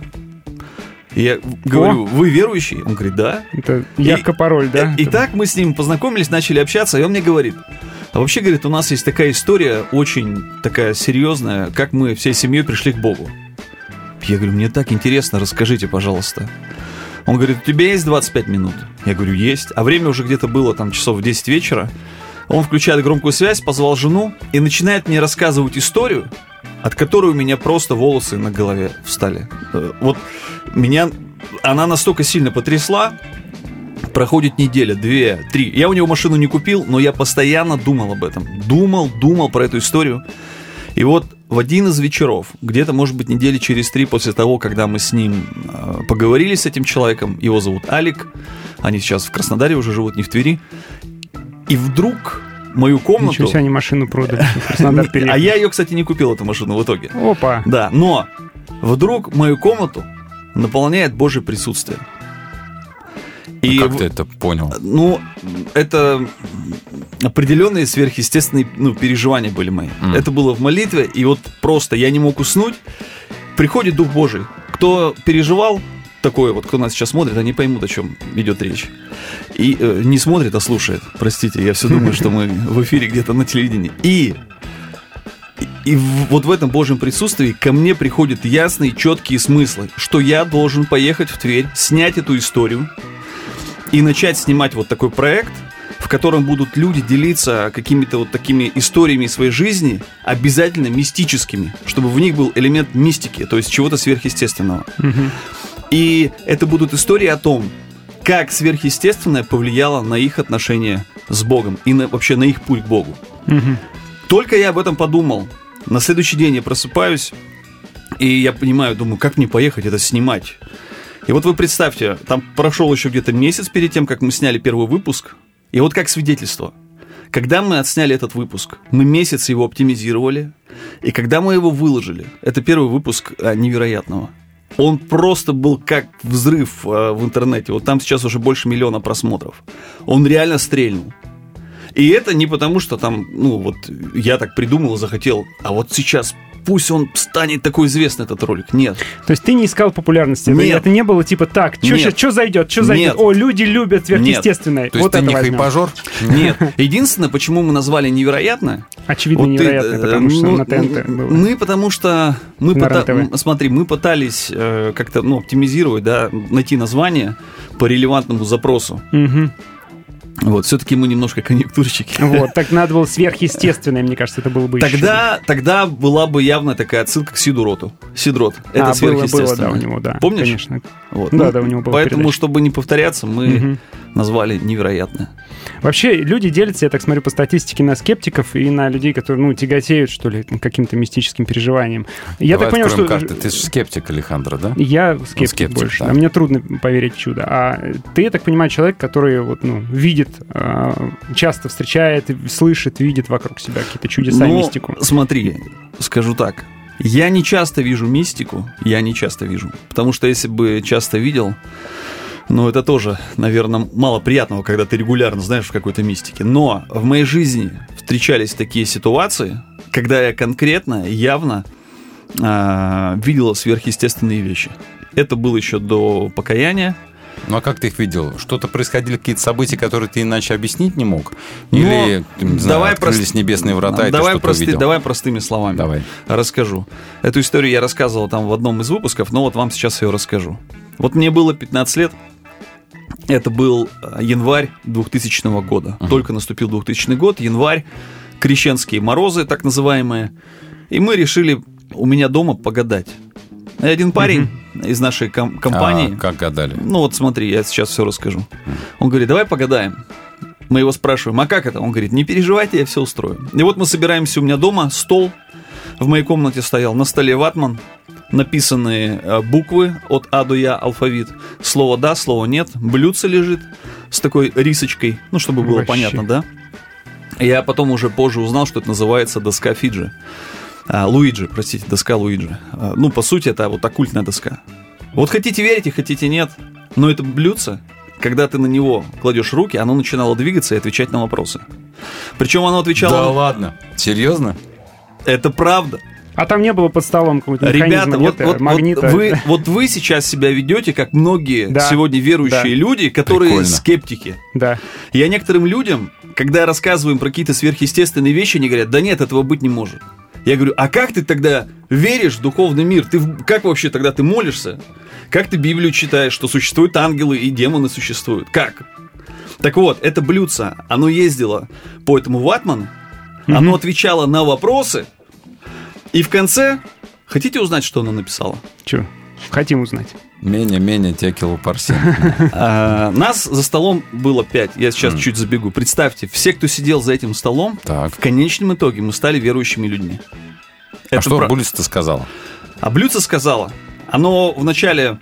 И я говорю, вы верующий? Он говорит, да. Это явка-пароль, да? И так мы с ним познакомились, начали общаться, и он мне говорит, а вообще, говорит, у нас есть такая история, очень такая серьезная, как мы всей семьей пришли к Богу. Я говорю, мне так интересно, расскажите, пожалуйста. Он говорит, у тебя есть 25 минут? Я говорю, есть. А время уже где-то было там часов в 10 вечера. Он включает громкую связь, позвал жену и начинает мне рассказывать историю, от которой у меня просто волосы на голове встали. Вот меня она настолько сильно потрясла. Проходит неделя, 2, 3. Я у него машину не купил, но я постоянно думал об этом. Думал про эту историю. И вот в один из вечеров, где-то, может быть, недели через 3 после того, когда мы с ним поговорили с этим человеком, его зовут Алик, они сейчас в Краснодаре уже живут, не в Твери, и вдруг мою комнату... Ничего себе, они машину продали, в Краснодар переехали. А я ее, кстати, не купил, эту машину, в итоге. Опа! Да, но вдруг мою комнату наполняет Божье присутствие. И как ты это понял? Ну, это определенные сверхъестественные переживания были мои. Это было в молитве, и вот просто я не мог уснуть. Приходит Дух Божий. Кто переживал такое, вот кто нас сейчас смотрит, они поймут, о чем идет речь. И не смотрит, а слушает. Простите, я все думаю, что мы в эфире где-то на телевидении. И вот в этом Божьем присутствии ко мне приходят ясные, четкие смыслы, что я должен поехать в Тверь, снять эту историю и начать снимать вот такой проект, в котором будут люди делиться какими-то вот такими историями своей жизни, обязательно мистическими, чтобы в них был элемент мистики, то есть чего-то сверхъестественного. И это будут истории о том, как сверхъестественное повлияло на их отношения с Богом и вообще на их путь к Богу. Только я об этом подумал, на следующий день я просыпаюсь, и я понимаю, думаю, как мне поехать это снимать. И вот вы представьте, там прошел еще где-то месяц перед тем, как мы сняли первый выпуск. И вот как свидетельство. Когда мы отсняли этот выпуск, мы месяц его оптимизировали. И когда мы его выложили, это первый выпуск «Невероятного». Он просто был как взрыв в интернете. Вот там сейчас уже больше 1 миллиона просмотров. Он реально стрельнул. И это не потому, что там, ну, вот я так придумал и захотел, а вот сейчас пусть он станет такой известный, этот ролик. Нет. То есть ты не искал популярности? Нет. Это не было типа так, что зайдет, что зайдет? О, люди любят сверхъестественное. Нет. То есть вот ты это не возьмем. хайпажор? Нет. Единственное, почему мы назвали «Невероятно». Очевидно, вот невероятно, потому что на ТНТ было. Мы потому что... На Смотри, мы пытались как-то оптимизировать, да, найти название по релевантному запросу. Угу. Вот, все-таки мы немножко конъюнктурщики. Вот, так надо было сверхъестественное, мне кажется, это было бы Тогда была бы явно такая отсылка к Сиду Роту. Сид Рот. Это сверхъестественное. Было, да, у него, да. Помнишь? Конечно. Вот. Да, у него было. Поэтому, передача. чтобы не повторяться, мы назвали «Невероятное». Вообще, люди делятся, я так смотрю, по статистике на скептиков и на людей, которые, тяготеют, что ли, каким-то мистическим переживанием. Я так понимаю, что... Карты. Ты же скептик, Алехандро, да? Я скептик больше. Да. Мне трудно поверить в чудо. А ты, я так понимаю, человек, который видит, часто встречает, слышит, видит вокруг себя какие-то чудеса и мистику. Смотри, скажу так. Я не часто вижу мистику, потому что если бы часто видел, это тоже, наверное, мало приятного, когда ты регулярно знаешь в какой-то мистике. Но в моей жизни встречались такие ситуации, когда я конкретно, явно видел сверхъестественные вещи. Это было еще до покаяния. Ну а как ты их видел? Что-то происходили, какие-то события, которые ты иначе объяснить не мог? Или, открылись небесные врата, и ты что-то увидел? Давай простыми словами расскажу. Эту историю я рассказывал там в одном из выпусков, но вот вам сейчас ее расскажу. Вот мне было 15 лет. Это был январь 2000 года. Только наступил 2000 год, январь, крещенские морозы, так называемые. И мы решили у меня дома погадать. И один парень из нашей компании... как гадали? Вот смотри, я сейчас все расскажу. Он говорит, давай погадаем. Мы его спрашиваем, а как это? Он говорит, не переживайте, я все устрою. И вот мы собираемся у меня дома, стол в моей комнате стоял, на столе ватман, написанные буквы от А до Я, алфавит. Слово «да», слово «нет». Блюдце лежит с такой рисочкой, чтобы было понятно, да? Я потом уже позже узнал, что это называется доска Фиджи. Луиджи, простите, доска Луиджи. По сути, это вот оккультная доска. Вот хотите верите, хотите нет, но это блюдце, когда ты на него кладешь руки, оно начинало двигаться и отвечать на вопросы. Причем оно отвечало... Да ладно? Серьезно? Это правда. А там не было под столом какого-то механизма, магнита. Вы сейчас себя ведете, как многие сегодня верующие люди, которые скептики. Да. Я некоторым людям, когда рассказываем про какие-то сверхъестественные вещи, они говорят, да нет, этого быть не может. Я говорю, а как ты тогда веришь в духовный мир? Как вообще тогда ты молишься? Как ты Библию читаешь, что существуют ангелы и демоны существуют? Как? Так вот, это блюдце, оно ездило по этому ватману, оно отвечало на вопросы, и в конце... Хотите узнать, что оно написало? Чего? Хотим узнать. Менее текилу парсен. Нас за столом было 5. Я сейчас чуть забегу. Представьте, все, кто сидел за этим столом, в конечном итоге мы стали верующими людьми. Что блюдце сказала? А блюдце сказала. Оно вначале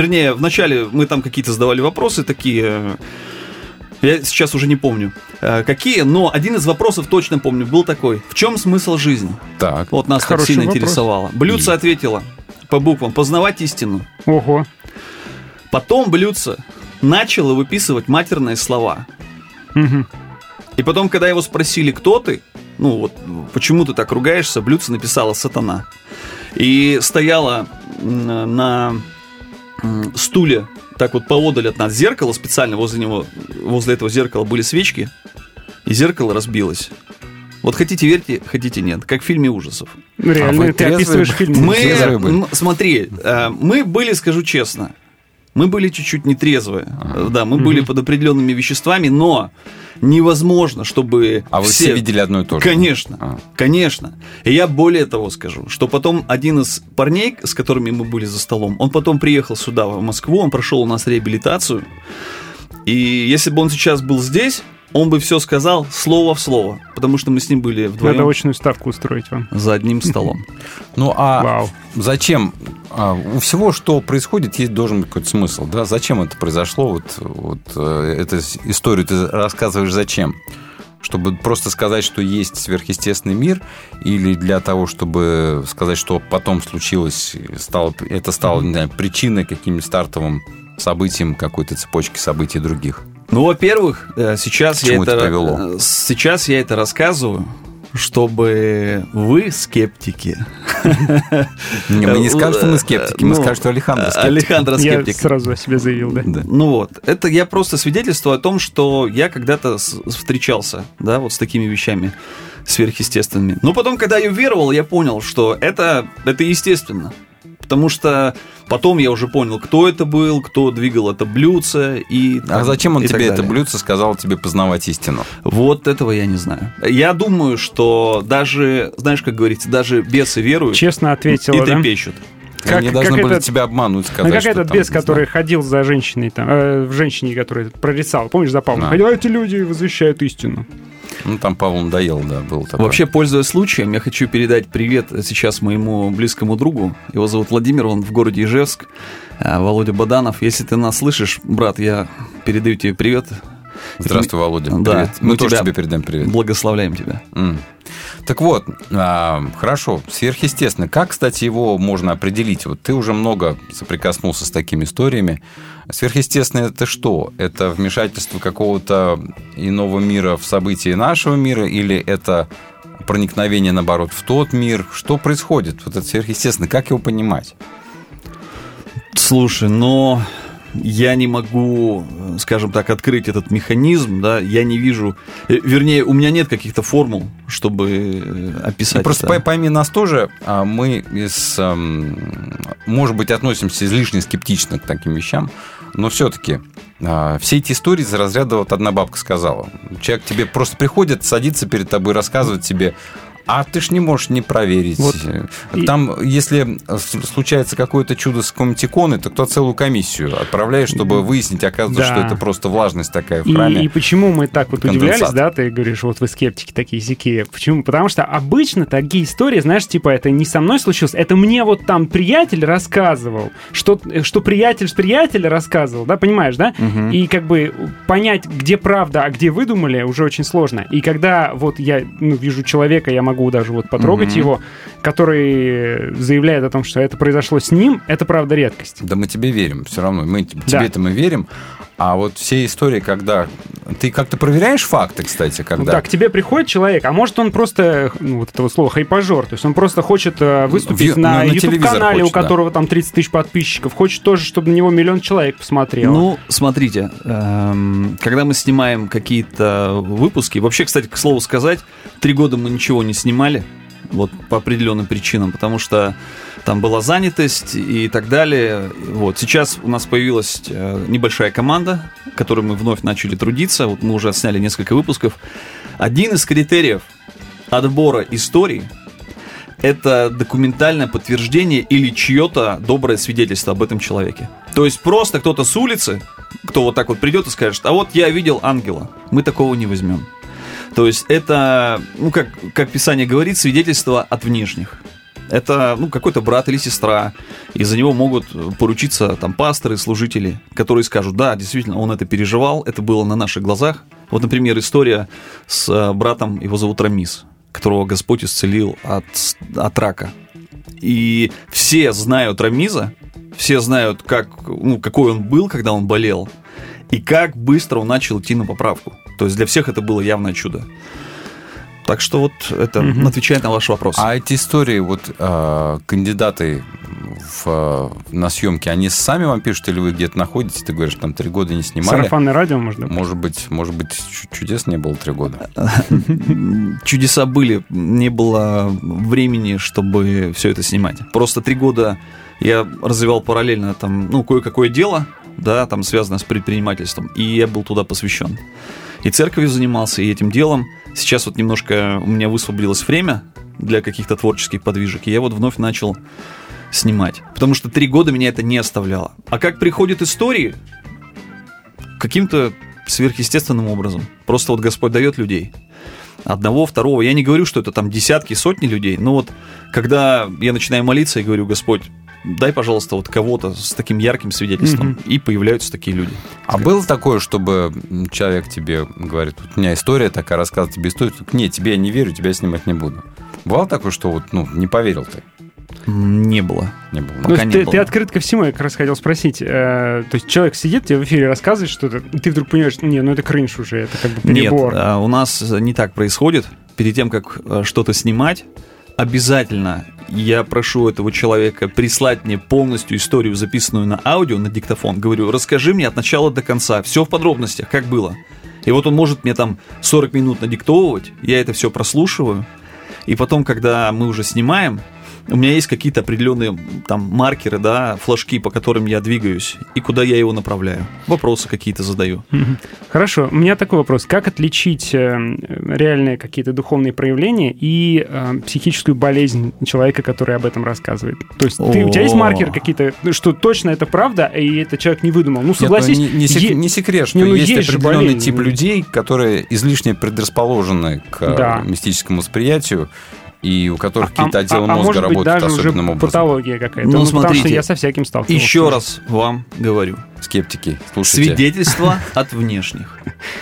мы там какие-то задавали вопросы такие... Я сейчас уже не помню, какие, но один из вопросов точно помню, был такой. В чем смысл жизни? Так. Вот нас так сильно интересовало. Блюдце ответила по буквам: познавать истину. Ого. Потом блюдце начало выписывать матерные слова. Угу. И потом, когда его спросили, кто ты, почему ты так ругаешься, блюдце написала «сатана». И стояла на стуле, так вот поодаль от нас зеркало, специально возле этого зеркала были свечки, и зеркало разбилось. Вот хотите верьте, хотите нет, как в фильме ужасов. Реально, ты описываешь фильм. Смотри, мы были, скажу честно, мы были чуть-чуть нетрезвые. Да, мы были под определенными веществами, но невозможно, чтобы вы все видели одно и то же? Конечно, конечно. И я более того скажу, что потом один из парней, с которыми мы были за столом, он потом приехал сюда, в Москву, он прошел у нас реабилитацию. И если бы он сейчас был здесь, он бы все сказал слово в слово, потому что мы с ним были вдвоем. Надо очную ставку устроить вам. За одним столом. Зачем? У всего, что происходит, должен быть какой-то смысл, да? Зачем это произошло? Эту историю ты рассказываешь зачем? Чтобы просто сказать, что есть сверхъестественный мир, или для того, чтобы сказать, что потом случилось, это стало, не знаю, причиной, каким-нибудь стартовым событием какой-то цепочки событий других? Ну, во-первых, сейчас я это рассказываю, чтобы вы, скептики... Мы не скажем, что мы скептики, мы скажем, что Алехандро скептик. Алехандро скептик. Я сразу о себе заявил, да? Ну вот, это я просто свидетельствую о том, что я когда-то встречался, да, вот с такими вещами сверхъестественными. Но потом, когда я уверовал, я понял, что это естественно. Потому что потом я уже понял, кто это был, кто двигал это блюдце. А зачем он тебе это блюдце сказал тебе познавать истину? Вот этого я не знаю. Я думаю, что даже, знаешь, как говорится, даже бесы веруют. Честно ответила, и трепещут. Они должны были тебя обмануть, сказать, как этот бес, который ходил за женщиной, в женщине, которая прорицала. Помнишь, за Павлом ходил, эти люди возвещают истину. Ну, там Павлу надоел, да, был такой. Вообще, пользуясь случаем, я хочу передать привет сейчас моему близкому другу. Его зовут Владимир, он в городе Ижевск. Володя Баданов. Если ты нас слышишь, брат, я передаю тебе привет. Здравствуй, Володя. Да, привет. Мы тоже тебе передаем привет. Благословляем тебя. Так вот, хорошо, сверхъестественно. Как, кстати, его можно определить? Вот ты уже много соприкоснулся с такими историями. Сверхъестественное это что? Это вмешательство какого-то иного мира в события нашего мира? Или это проникновение, наоборот, в тот мир? Что происходит? Вот это сверхъестественно. Как его понимать? Слушай, я не могу, скажем так, открыть этот механизм, да, я не вижу, вернее, у меня нет каких-то формул, чтобы описать. Просто пойми нас тоже, мы, может быть, относимся излишне скептично к таким вещам, но все-таки все эти истории из разряда, вот одна бабка сказала, человек к тебе просто приходит, садится перед тобой, рассказывает тебе, а ты ж не можешь не проверить. Вот. Там, если случается какое-то чудо с какой-нибудь иконой, то кто целую комиссию отправляешь, чтобы выяснить, оказывается, что это просто влажность такая в храме. И почему мы так вот удивлялись, да, ты говоришь, вот вы скептики такие-сяки. Почему? Потому что обычно такие истории, знаешь, типа, это не со мной случилось, это мне вот там приятель рассказывал, что приятель с приятеля рассказывал, да, понимаешь, да? Угу. И как бы понять, где правда, а где выдумали, уже очень сложно. И когда вот я вижу человека, я могу даже вот потрогать его, который заявляет о том, что это произошло с ним, это правда редкость. Да мы тебе верим, все равно. Тебе-то мы верим. А вот все истории, когда... Ты как-то проверяешь факты, кстати, когда... Так, к тебе приходит человек, а может он просто, вот этого слова, хайпажор, то есть он просто хочет выступить на YouTube-канале, у которого там 30 тысяч подписчиков, хочет тоже, чтобы на него 1 миллион человек посмотрело. Ну, смотрите, когда мы снимаем какие-то выпуски, вообще, кстати, к слову сказать, 3 года мы ничего не снимали, вот по определенным причинам, потому что там была занятость и так далее. Вот. Сейчас у нас появилась небольшая команда, в которой мы вновь начали трудиться. Вот мы уже сняли несколько выпусков. Один из критериев отбора историй – это документальное подтверждение или чье-то доброе свидетельство об этом человеке. То есть просто кто-то с улицы, кто вот так вот придет и скажет, а вот я видел ангела. Мы такого не возьмем. То есть это, как Писание говорит, свидетельство от внешних. Это какой-то брат или сестра, и за него могут поручиться там пасторы, служители, которые скажут, да, действительно, он это переживал, это было на наших глазах. Вот, например, история с братом, его зовут Рамис, которого Господь исцелил от рака. И все знают Рамиза, все знают, какой он был, когда он болел, и как быстро он начал идти на поправку. То есть для всех это было явное чудо. Так что вот это отвечает на ваш вопрос. А эти истории, вот кандидаты на съемки, они сами вам пишут, или вы где-то находитесь, ты говоришь, там 3 года не снимали? Сарафанное радио, может быть, чудес не было 3 года? Чудеса были, не было времени, чтобы все это снимать. Просто 3 года я развивал параллельно там, кое-какое дело, да, там связанное с предпринимательством, и я был туда посвящен. И церковью занимался, и этим делом. Сейчас вот немножко у меня высвободилось время для каких-то творческих подвижек, и я вот вновь начал снимать. Потому что 3 года меня это не оставляло. А как приходят истории? Каким-то сверхъестественным образом. Просто вот Господь дает людей. Одного, второго. Я не говорю, что это там десятки, сотни людей, но вот когда я начинаю молиться и говорю, Господь, дай, пожалуйста, вот кого-то с таким ярким свидетельством, и появляются такие люди. А было такое, чтобы человек тебе говорит, вот у меня история такая, рассказывает тебе историю, нет, тебе я не верю, тебя снимать не буду. Бывало такое, что вот, не поверил ты? Не было. Пока не было. Ты открыт ко всему, я как раз хотел спросить. То есть человек сидит, тебе в эфире рассказывает что-то, и ты вдруг понимаешь, это кринж уже, это как бы перебор. Нет, у нас не так происходит. Перед тем, как что-то снимать, обязательно я прошу этого человека прислать мне полностью историю, записанную на аудио, на диктофон. Говорю, расскажи мне от начала до конца, все в подробностях, как было. И вот он может мне там 40 минут надиктовывать, я это все прослушиваю, и потом, когда мы уже снимаем, у меня есть какие-то определенные там маркеры, да, флажки, по которым я двигаюсь, и куда я его направляю. Вопросы какие-то задаю. Хорошо, у меня такой вопрос. Как отличить реальные какие-то духовные проявления и психическую болезнь человека, который об этом рассказывает? То есть у тебя есть маркеры какие-то, что точно это правда, и этот человек не выдумал? Ну, согласись. Не секрет, что есть определенный тип людей, которые излишне предрасположены к мистическому восприятию, и у которых какие-то отделы мозга работают особенным образом. Патология какая-то. Ну, смотрите, потому что я со всяким сталкивался. Еще раз вам говорю. Скептики, слушайте. Свидетельство от внешних.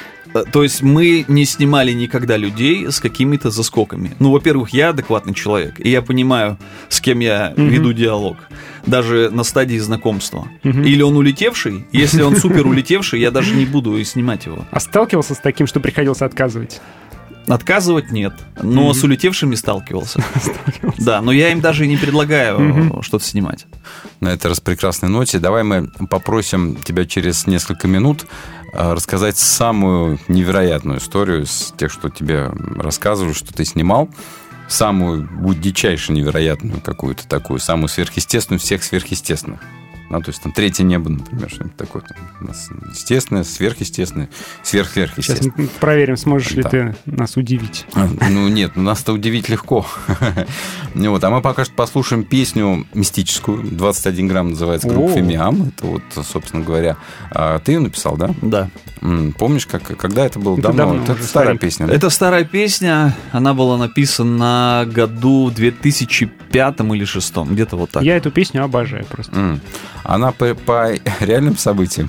То есть мы не снимали никогда людей с какими-то заскоками. Ну, во-первых, я адекватный человек, и я понимаю, с кем я веду диалог. Даже на стадии знакомства. Или он улетевший. Если он супер улетевший, я даже не буду и снимать его. А сталкивался с таким, что приходилось отказывать? Отказывать нет, но с улетевшими сталкивался. Да, но я им даже и не предлагаю что-то снимать. На этой прекрасной ноте давай мы попросим тебя через несколько минут рассказать самую невероятную историю из тех, что тебе рассказывают, что ты снимал. Самую, дичайше невероятную какую-то такую, самую сверхъестественную всех сверхъестественных. Ну, то есть там третье небо, например, что-нибудь такое. У нас естественное, сверхъестественное, сверхсверхъестественное. Сейчас мы проверим, сможешь ли ты нас удивить. Ну, нет, нас-то удивить легко. Вот, а мы пока что послушаем песню мистическую. 21 грамм называется, группа Фимиам. Это вот, собственно говоря, ты ее написал, да? Да. Помнишь, когда это было? Давно. Это старая песня. Это старая песня. Она была написана году 2005 или 2006. Где-то вот так. Я эту песню обожаю просто. Она по реальным событиям?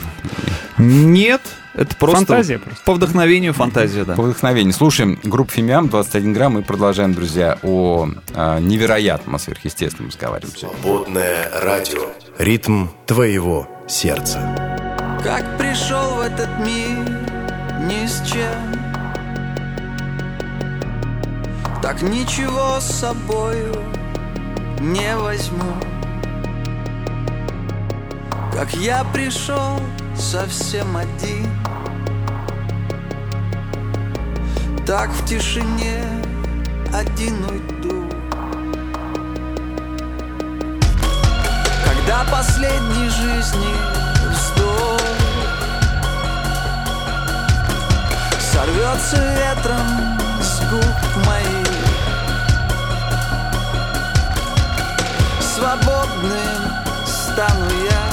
Нет, это просто фантазия просто. По вдохновению фантазия, да. По вдохновению. Слушаем группу Фимиам, 21 грамм, и продолжаем, друзья, о невероятном, о сверхъестественном разговариваем. Свободное радио. Ритм твоего сердца. Как пришел в этот мир ни с чем, так ничего с собою не возьму. Как я пришел совсем один, так в тишине один уйду. Когда последней жизни вздох сорвется ветром с губ моих, свободным стану я.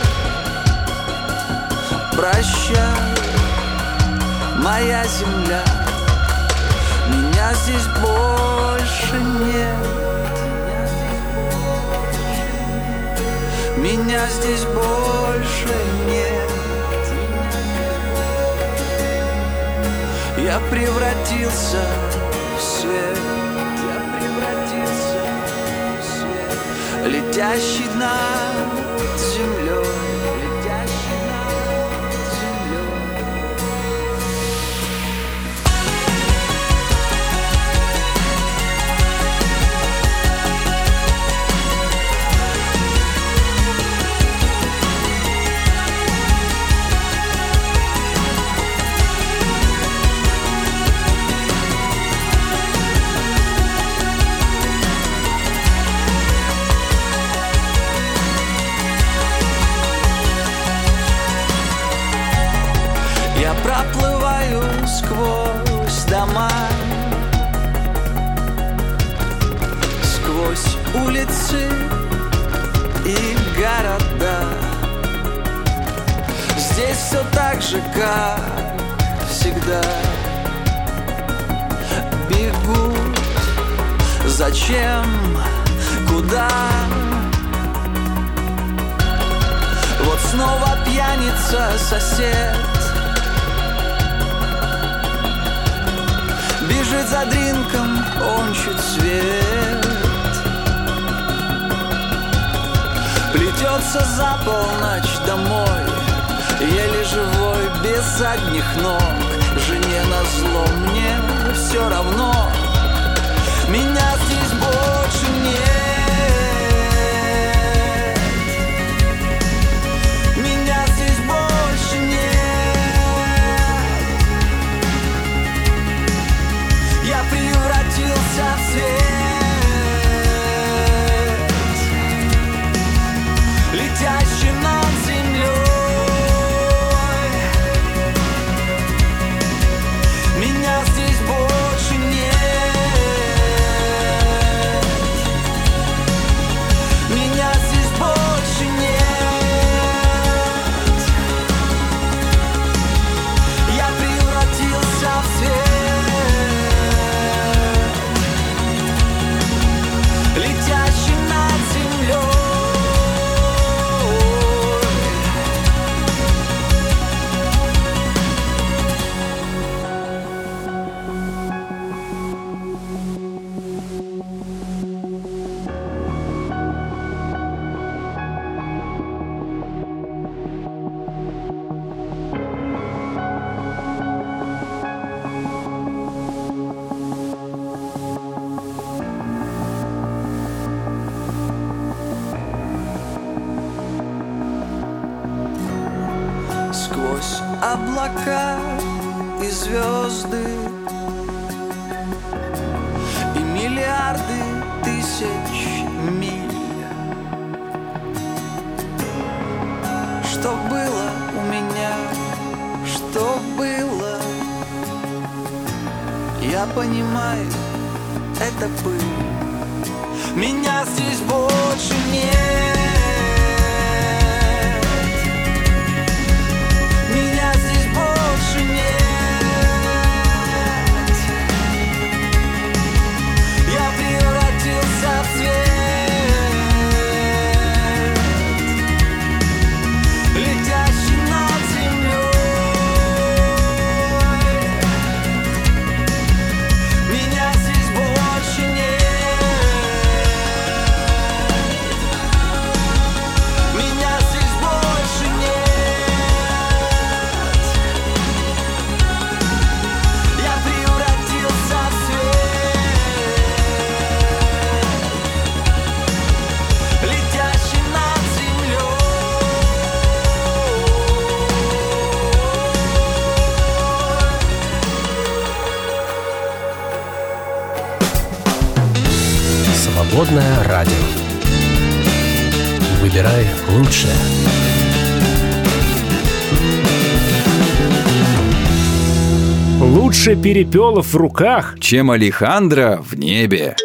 Прощай, моя земля, меня здесь больше нет. Меня здесь больше нет. Я превратился в свет. Я превратился в свет, летящий над землей. Проплываю сквозь дома, сквозь улицы и города. Здесь все так же, как всегда. Бегут, зачем, куда? Вот снова пьяница, сосед бежит за дринком, он чуть свет. вернулся за полночь домой, еле живой, без задних ног. Жене назло, мне все равно, меня здесь больше нет. Меня здесь больше нет. Я превратился в свет, летящий над землей. Меня здесь больше нет. Меня здесь больше нет. Я превратился в свет, летящий над землей. Сквозь облака и звезды и миллиарды тысяч миль. Что было у меня, что было, я понимаю, это пыль. Меня здесь больше нет. Меня здесь больше нет. Я превратился в свет, летящий над землей. Меня здесь больше нет. Меня здесь больше нет. Я превратился в свет, летящий над землей. Свободное радио. Выбирай лучшее. Лучше Перепелов в руках, чем Алехандро в небе.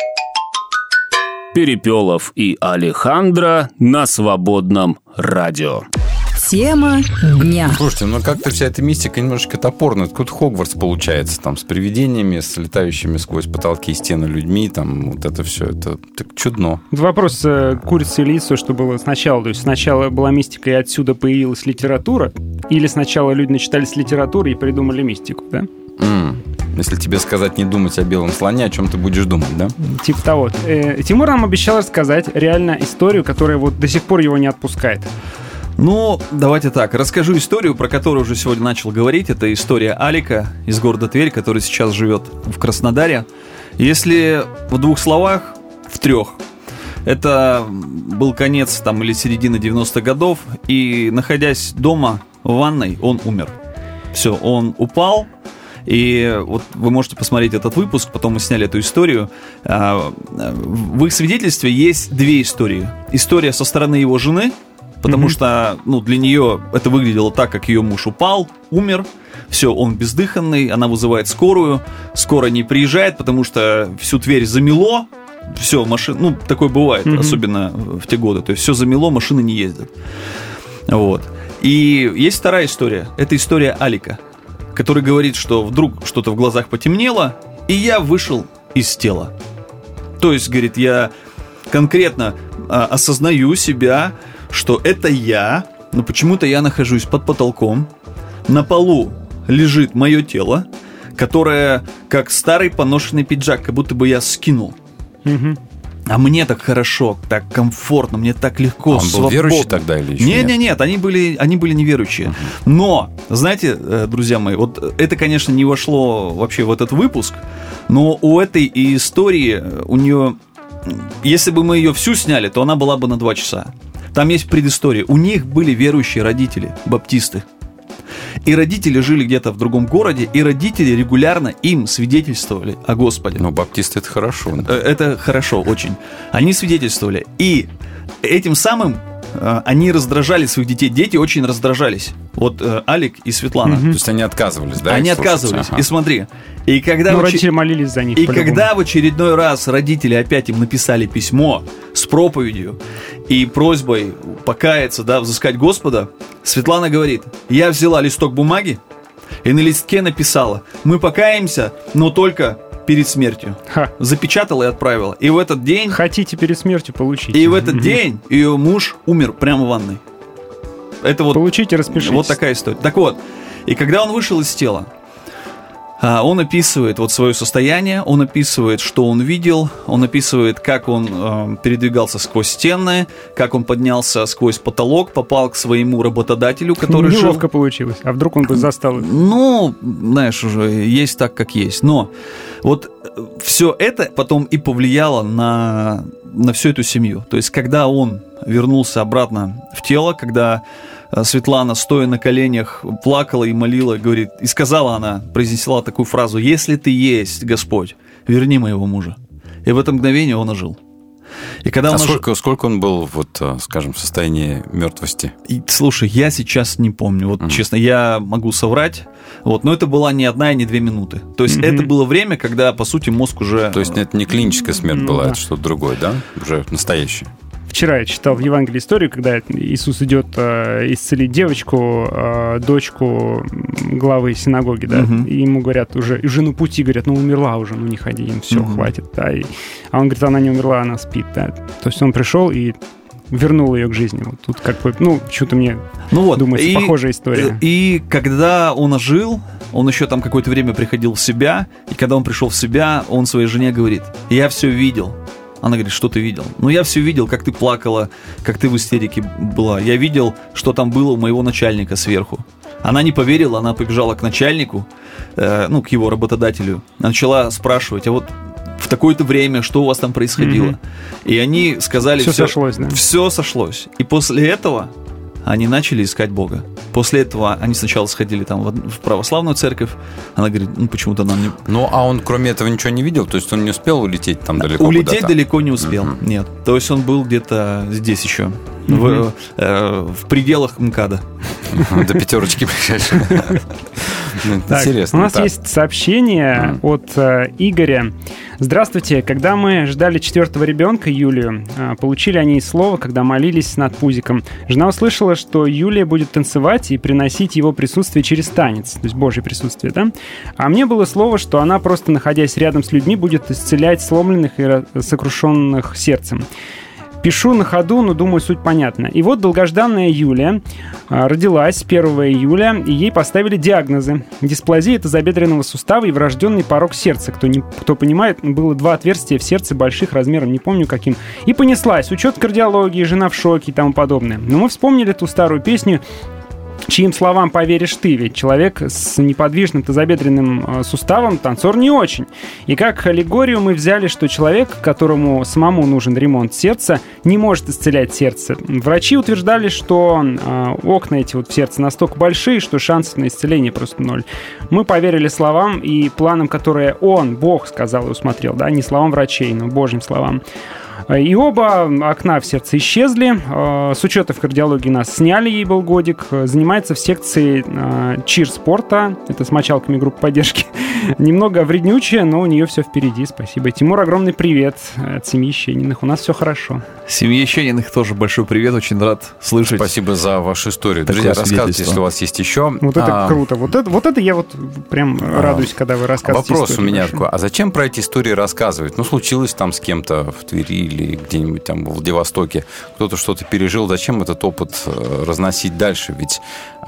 Перепелов и Алехандро на свободном радио. Тема дня. Слушайте, ну как-то вся эта мистика немножечко топорная. Тут Хогвартс получается, там, с привидениями, с летающими сквозь потолки и стены людьми, там, вот это все, это так чудно. Вопрос курицы или яйцо, что было сначала. То есть сначала была мистика, и отсюда появилась литература, или сначала люди начитались литературы и придумали мистику, да? Если тебе сказать не думать о белом слоне, о чем ты будешь думать, да? Типа того. Тимур нам обещал рассказать реально историю, которая вот до сих пор его не отпускает. Ну, давайте так, расскажу историю, про которую уже сегодня начал говорить. Это история Алика из города Тверь, который сейчас живет в Краснодаре. Если в двух словах, в трех. Это был конец там, или середина 90-х годов, и находясь дома в ванной, он умер. Все, он упал. И вот вы можете посмотреть этот выпуск, потом мы сняли эту историю. В их свидетельстве есть две истории. История со стороны его жены, потому что для нее это выглядело так, как ее муж упал, умер, все, он бездыханный, она вызывает скорую, скорая не приезжает, потому что всю Тверь замело, все, машин, такое бывает, особенно в те годы, то есть все замело, машины не ездят. Вот. И есть вторая история, это история Алика, который говорит, что вдруг что-то в глазах потемнело, и я вышел из тела. То есть, говорит, я конкретно осознаю себя, что это я, но почему-то я нахожусь под потолком, на полу лежит мое тело, которое как старый поношенный пиджак, как будто бы я скинул. А мне так хорошо, так комфортно, мне так легко, он был верующий тогда или еще нет, они были неверующие. Но, знаете, друзья мои, вот это, конечно, не вошло вообще в этот выпуск, но у этой истории, у нее, если бы мы ее всю сняли, то она была бы на 2 часа. Там есть предыстория. У них были верующие родители, баптисты. И родители жили где-то в другом городе, и родители регулярно им свидетельствовали о Господе. Но баптисты — это хорошо. Это хорошо, очень. Они свидетельствовали. И этим самым они раздражали своих детей. Дети очень раздражались. Вот Алик и Светлана. То есть они отказывались, да? Они отказывались. Ага. И смотри. И когда родители молились за них. И когда в очередной раз родители опять им написали письмо с проповедью и просьбой покаяться, да, взыскать Господа, Светлана говорит: я взяла листок бумаги и на листке написала: мы покаемся, но только перед смертью. Запечатала и отправила. И в этот день... Хотите перед смертью получить. И в этот день ее муж умер прямо в ванной. Это вот... Получите, распишитесь. Вот такая история. Так вот, и когда он вышел из тела, он описывает вот свое состояние, он описывает, что он видел, он описывает, как он передвигался сквозь стены, как он поднялся сквозь потолок, попал к своему работодателю, который жил... Неловко получилось, а вдруг он бы застал их? Ну, знаешь, уже есть так, как есть. Но вот все это потом и повлияло на всю эту семью. То есть, когда он вернулся обратно в тело, когда Светлана, стоя на коленях, плакала и молила, говорит, и сказала она, произнесла такую фразу: «Если ты есть Господь, верни моего мужа». И в это мгновение он ожил. И когда сколько он был, вот, скажем, в состоянии мертвости? Слушай, я сейчас не помню, вот честно, я могу соврать, вот, но это была не 1 и не 2 минуты. То есть это было время, когда, по сути, мозг уже... То есть это не клиническая смерть была, это что-то другое, да? Уже настоящее. Вчера я читал в Евангелии историю, когда Иисус идет исцелить девочку, дочку главы синагоги, да, и ему говорят уже на пути, говорят, умерла уже, не ходи, им все, хватит, да, а он говорит, она не умерла, она спит, да, то есть он пришел и вернул ее к жизни. Вот тут как бы, что-то мне думается, похожая история. И когда он ожил, он еще там какое-то время приходил в себя, и когда он пришел в себя, он своей жене говорит, я все видел. Она говорит, что ты видел? Я все видел, как ты плакала, как ты в истерике была. Я видел, что там было у моего начальника сверху. Она не поверила, она побежала к начальнику, к его работодателю. Начала спрашивать, а вот в такое-то время, что у вас там происходило? И они сказали... Все сошлось, да? Все сошлось. И после этого они начали искать Бога. После этого они сначала сходили там в православную церковь. Она говорит, почему-то нам не... А он кроме этого ничего не видел? То есть он не успел улететь там далеко? Улететь куда-то? Далеко не успел, нет. То есть он был где-то здесь еще, в пределах МКАДа. До 5 ближайшей. Интересно. У нас есть сообщение от Игоря. Здравствуйте. Когда мы ждали 4-го ребенка, Юлию, получили они слово, когда молились над пузиком. Жена услышала, что Юлия будет танцевать и приносить его присутствие через танец, то есть Божье присутствие, да? А мне было слово, что она, просто находясь рядом с людьми, будет исцелять сломленных и сокрушенных сердцем. Пишу на ходу, но думаю, суть понятна. И вот долгожданная Юлия родилась 1 июля, и ей поставили диагнозы. Дисплазия тазобедренного сустава и врожденный порок сердца. Кто понимает, было 2 отверстия в сердце больших размером, не помню каким. И понеслась. Учет кардиологии, жена в шоке и тому подобное. Но мы вспомнили ту старую песню «Чьим словам поверишь ты?» Ведь человек с неподвижным тазобедренным суставом танцор не очень. И как аллегорию мы взяли, что человек, которому самому нужен ремонт сердца, не может исцелять сердце. Врачи утверждали, что окна эти в сердце настолько большие, что шансов на исцеление просто 0. Мы поверили словам и планам, которые Бог сказал и усмотрел, да, не словам врачей, но Божьим словам. И оба окна в сердце исчезли. С учета в кардиологии нас сняли, ей был годик. Занимается в секции чир-спорта. Это с мочалками группы поддержки. Немного вреднючая, но у нее все впереди. Спасибо. Тимур, огромный привет от семьи Щениных. У нас все хорошо. Семье Щениных тоже большой привет. Очень рад слышать. Спасибо за вашу историю. Друзья, рассказывайте, если у вас есть еще. Вот это круто. Вот это я прям радуюсь, когда вы рассказываете. Вопрос у меня такой. А зачем про эти истории рассказывать? Случилось там с кем-то в Твери или где-нибудь там в Владивостоке, кто-то что-то пережил, зачем этот опыт разносить дальше? Ведь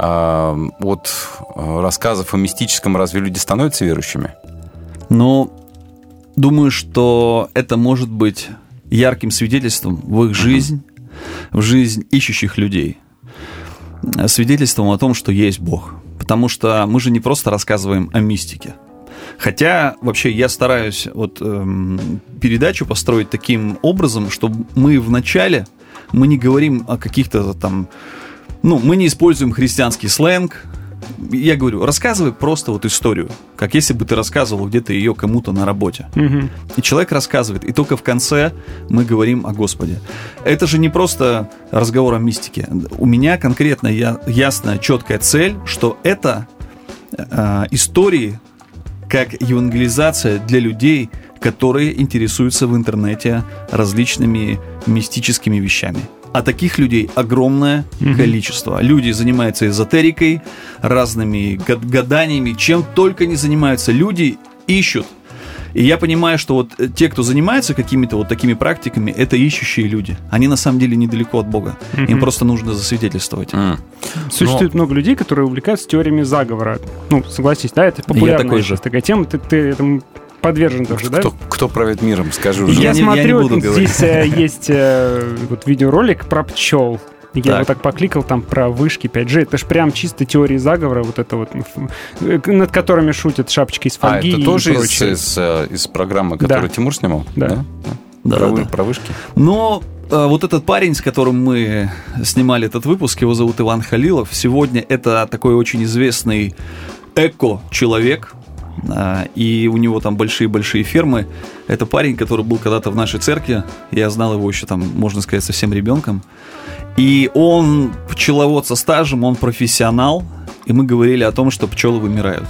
от рассказов о мистическом разве люди становятся верующими? Думаю, что это может быть ярким свидетельством в их жизнь, в жизнь ищущих людей. Свидетельством о том, что есть Бог. Потому что мы же не просто рассказываем о мистике. Хотя, вообще, я стараюсь передачу построить таким образом, чтобы мы вначале, мы не говорим о каких-то там... мы не используем христианский сленг. Я говорю, рассказывай просто историю, как если бы ты рассказывал где-то ее кому-то на работе. И человек рассказывает, и только в конце мы говорим о Господе. Это же не просто разговор о мистике. У меня конкретно ясная, четкая цель, что это истории как евангелизация для людей, которые интересуются в интернете различными мистическими вещами. А таких людей огромное количество. Люди занимаются эзотерикой, разными гаданиями, чем только не занимаются. Люди ищут. И я понимаю, что те, кто занимается какими-то такими практиками, это ищущие люди. Они на самом деле недалеко от Бога. Им просто нужно засвидетельствовать. Существует много людей, которые увлекаются теориями заговора. Согласись, да, это популярная такая тема. Ты этому подвержен тоже, да? Кто правит миром, скажи уже. Я смотрю, здесь есть видеоролик про пчел. Я его так покликал, там про вышки 5G. Это же прям чисто теории заговора, над которыми шутят шапочки из фольги. Это тоже из программы, которую Тимур снимал? Да. Про вышки? Но этот парень, с которым мы снимали этот выпуск, его зовут Иван Халилов. Сегодня это такой очень известный эко-человек. И у него там большие-большие фермы. Это парень, который был когда-то в нашей церкви. Я знал его еще там, можно сказать, совсем ребенком. И он пчеловод со стажем, он профессионал. И мы говорили о том, что пчелы вымирают.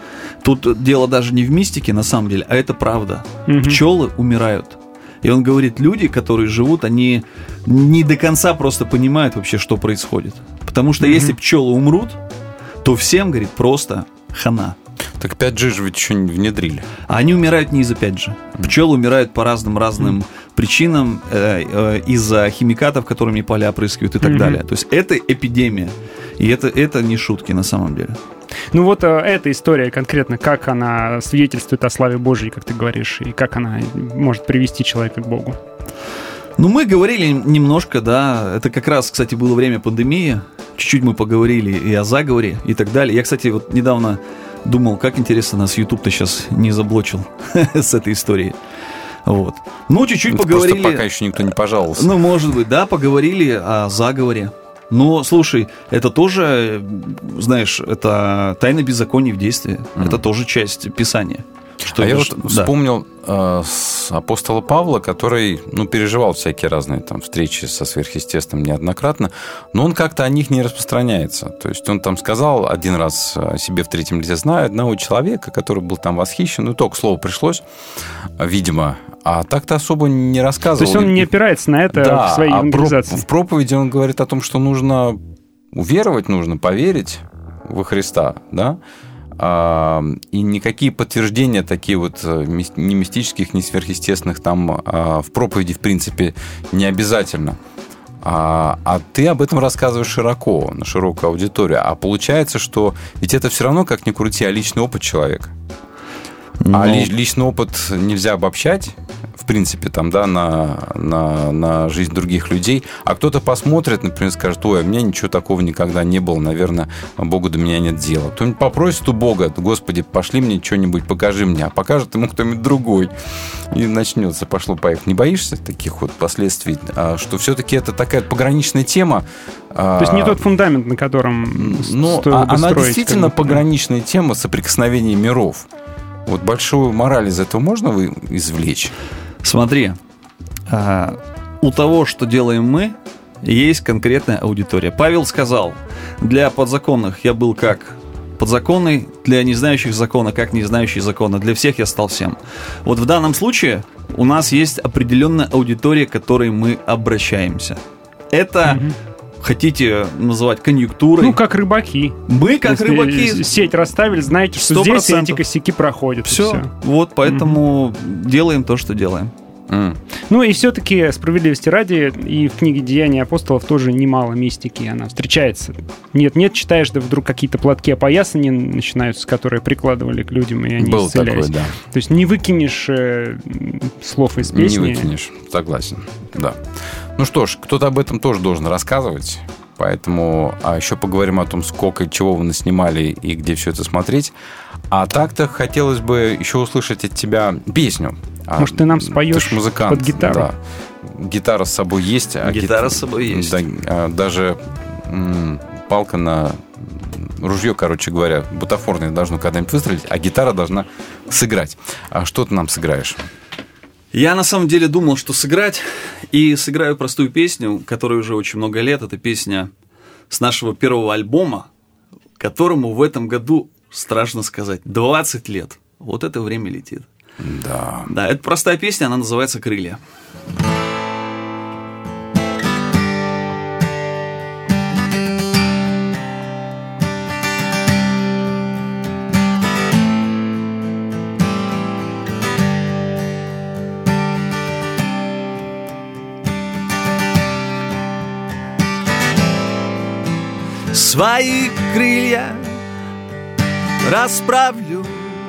Тут дело даже не в мистике, на самом деле, а это правда. Пчелы умирают. И он говорит, люди, которые живут, они не до конца просто понимают вообще, что происходит. Потому что если пчелы умрут, то всем, говорит, просто хана. Так 5G же ведь еще не внедрили. А они умирают не из-за 5G. Пчелы умирают по разным причинам, из-за химикатов, которыми поля опрыскивают и так далее. То есть это эпидемия. И это не шутки на самом деле. Эта история конкретно, как она свидетельствует о славе Божьей, как ты говоришь, и как она может привести человека к Богу. Мы говорили немножко, да. Это как раз, кстати, было время пандемии. Чуть-чуть мы поговорили и о заговоре, и так далее. Я, кстати, недавно думал, как интересно, нас YouTube-то сейчас не заблочил с этой историей. Чуть-чуть поговорили. Просто пока еще никто не пожаловался. Может быть, да, поговорили о заговоре. Но, слушай, это тоже, знаешь, это тайна беззаконий в действии. Это тоже часть Писания. Я вспомнил апостола Павла, который переживал всякие разные встречи со сверхъестественным неоднократно, но он как-то о них не распространяется. То есть он там сказал один раз о себе в третьем лице: знаю одного человека, который был там восхищен, только слово пришлось, видимо, а так-то особо не рассказывал. То есть он не опирается на это в своей евангелизации. В проповеди он говорит о том, что нужно уверовать, нужно поверить во Христа, да? И никакие подтверждения такие ни мистических, ни сверхъестественных там в проповеди, в принципе, не обязательно. А ты об этом рассказываешь широко, на широкую аудиторию. А получается, что ведь это все равно, как ни крути, личный опыт человека. А личный опыт нельзя обобщать, в принципе, на жизнь других людей. А кто-то посмотрит, например, скажет: ой, у меня ничего такого никогда не было, наверное, Богу до меня нет дела. Кто-нибудь попросит у Бога: Господи, пошли мне что-нибудь, покажи мне. А покажет ему кто-нибудь другой. И начнется, пошло-поехало. Не боишься таких последствий? Что все-таки это такая пограничная тема? То есть не тот фундамент, на котором стоит она действительно пограничная тема соприкосновения миров. Большую мораль из этого можно извлечь? Смотри, у того, что делаем мы, есть конкретная аудитория. Павел сказал: для подзаконных я был как подзаконный, для не знающих закона как не знающий закона, для всех я стал всем. В данном случае у нас есть определенная аудитория, к которой мы обращаемся. Это... хотите называть конъюнктурой. Как рыбаки. Мы как рыбаки. Сеть расставили, знаете, что 100%. Здесь эти косяки проходят. Все. Поэтому делаем то, что делаем. Ну и все-таки, справедливости ради, и в книге «Деяния апостолов» тоже немало мистики, она встречается. Нет, читаешь, да вдруг какие-то платки опоясания начинаются, которые прикладывали к людям, и они исцелялись. Такое, да. То есть не выкинешь слов из песни. Не выкинешь, согласен, да. Ну что ж, кто-то об этом тоже должен рассказывать. Поэтому еще поговорим о том, сколько чего вы наснимали и где все это смотреть. А так-то хотелось бы еще услышать от тебя песню. Может, ты нам споешь ты ж музыкант, под гитару? Да. Гитара с собой есть. Гитара с собой есть. Да, даже палка на ружье, короче говоря, бутафорное должно когда-нибудь выстрелить, а гитара должна сыграть. А что ты нам сыграешь? Я на самом деле думал, что сыграть, и сыграю простую песню, которой уже очень много лет. Это песня с нашего первого альбома, которому в этом году, страшно сказать, 20 лет. Вот это время летит. Да. Да, это простая песня, она называется «Крылья». Свои крылья расправлю,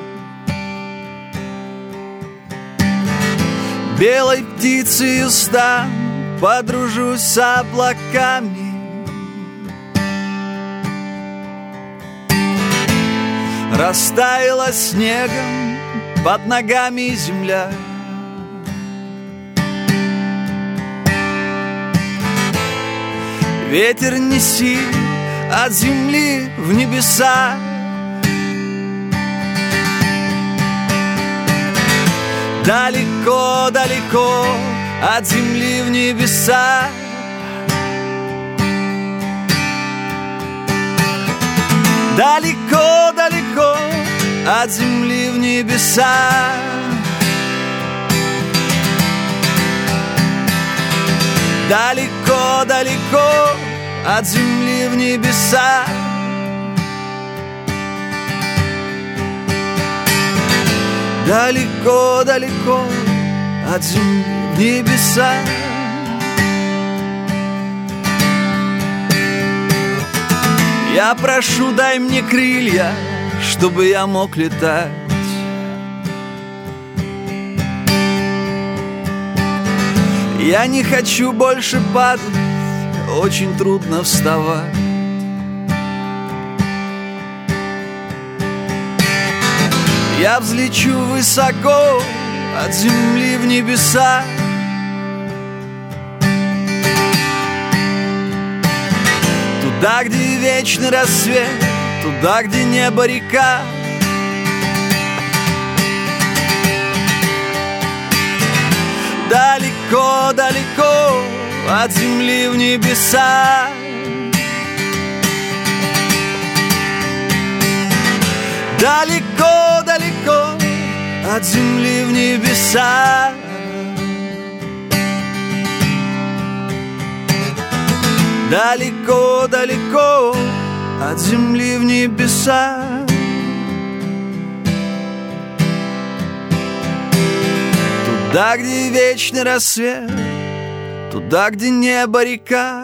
белой птицей стану, подружусь с облаками. Растаяла снегом под ногами земля. Ветер неси от земли в небеса. Далеко-далеко от земли в небеса. Далеко-далеко от земли в небеса. Далеко-далеко от земли в небеса. Далеко-далеко от земли в небеса. Я прошу, дай мне крылья, чтобы я мог летать. Я не хочу больше падать, очень трудно вставать. Я взлечу высоко от земли в небеса. Туда, где вечный рассвет, туда, где небо река. Далеко-далеко от земли в небеса. Далеко-далеко от земли в небеса. Далеко-далеко от земли в небеса. Туда, где вечный рассвет, туда, где небо река.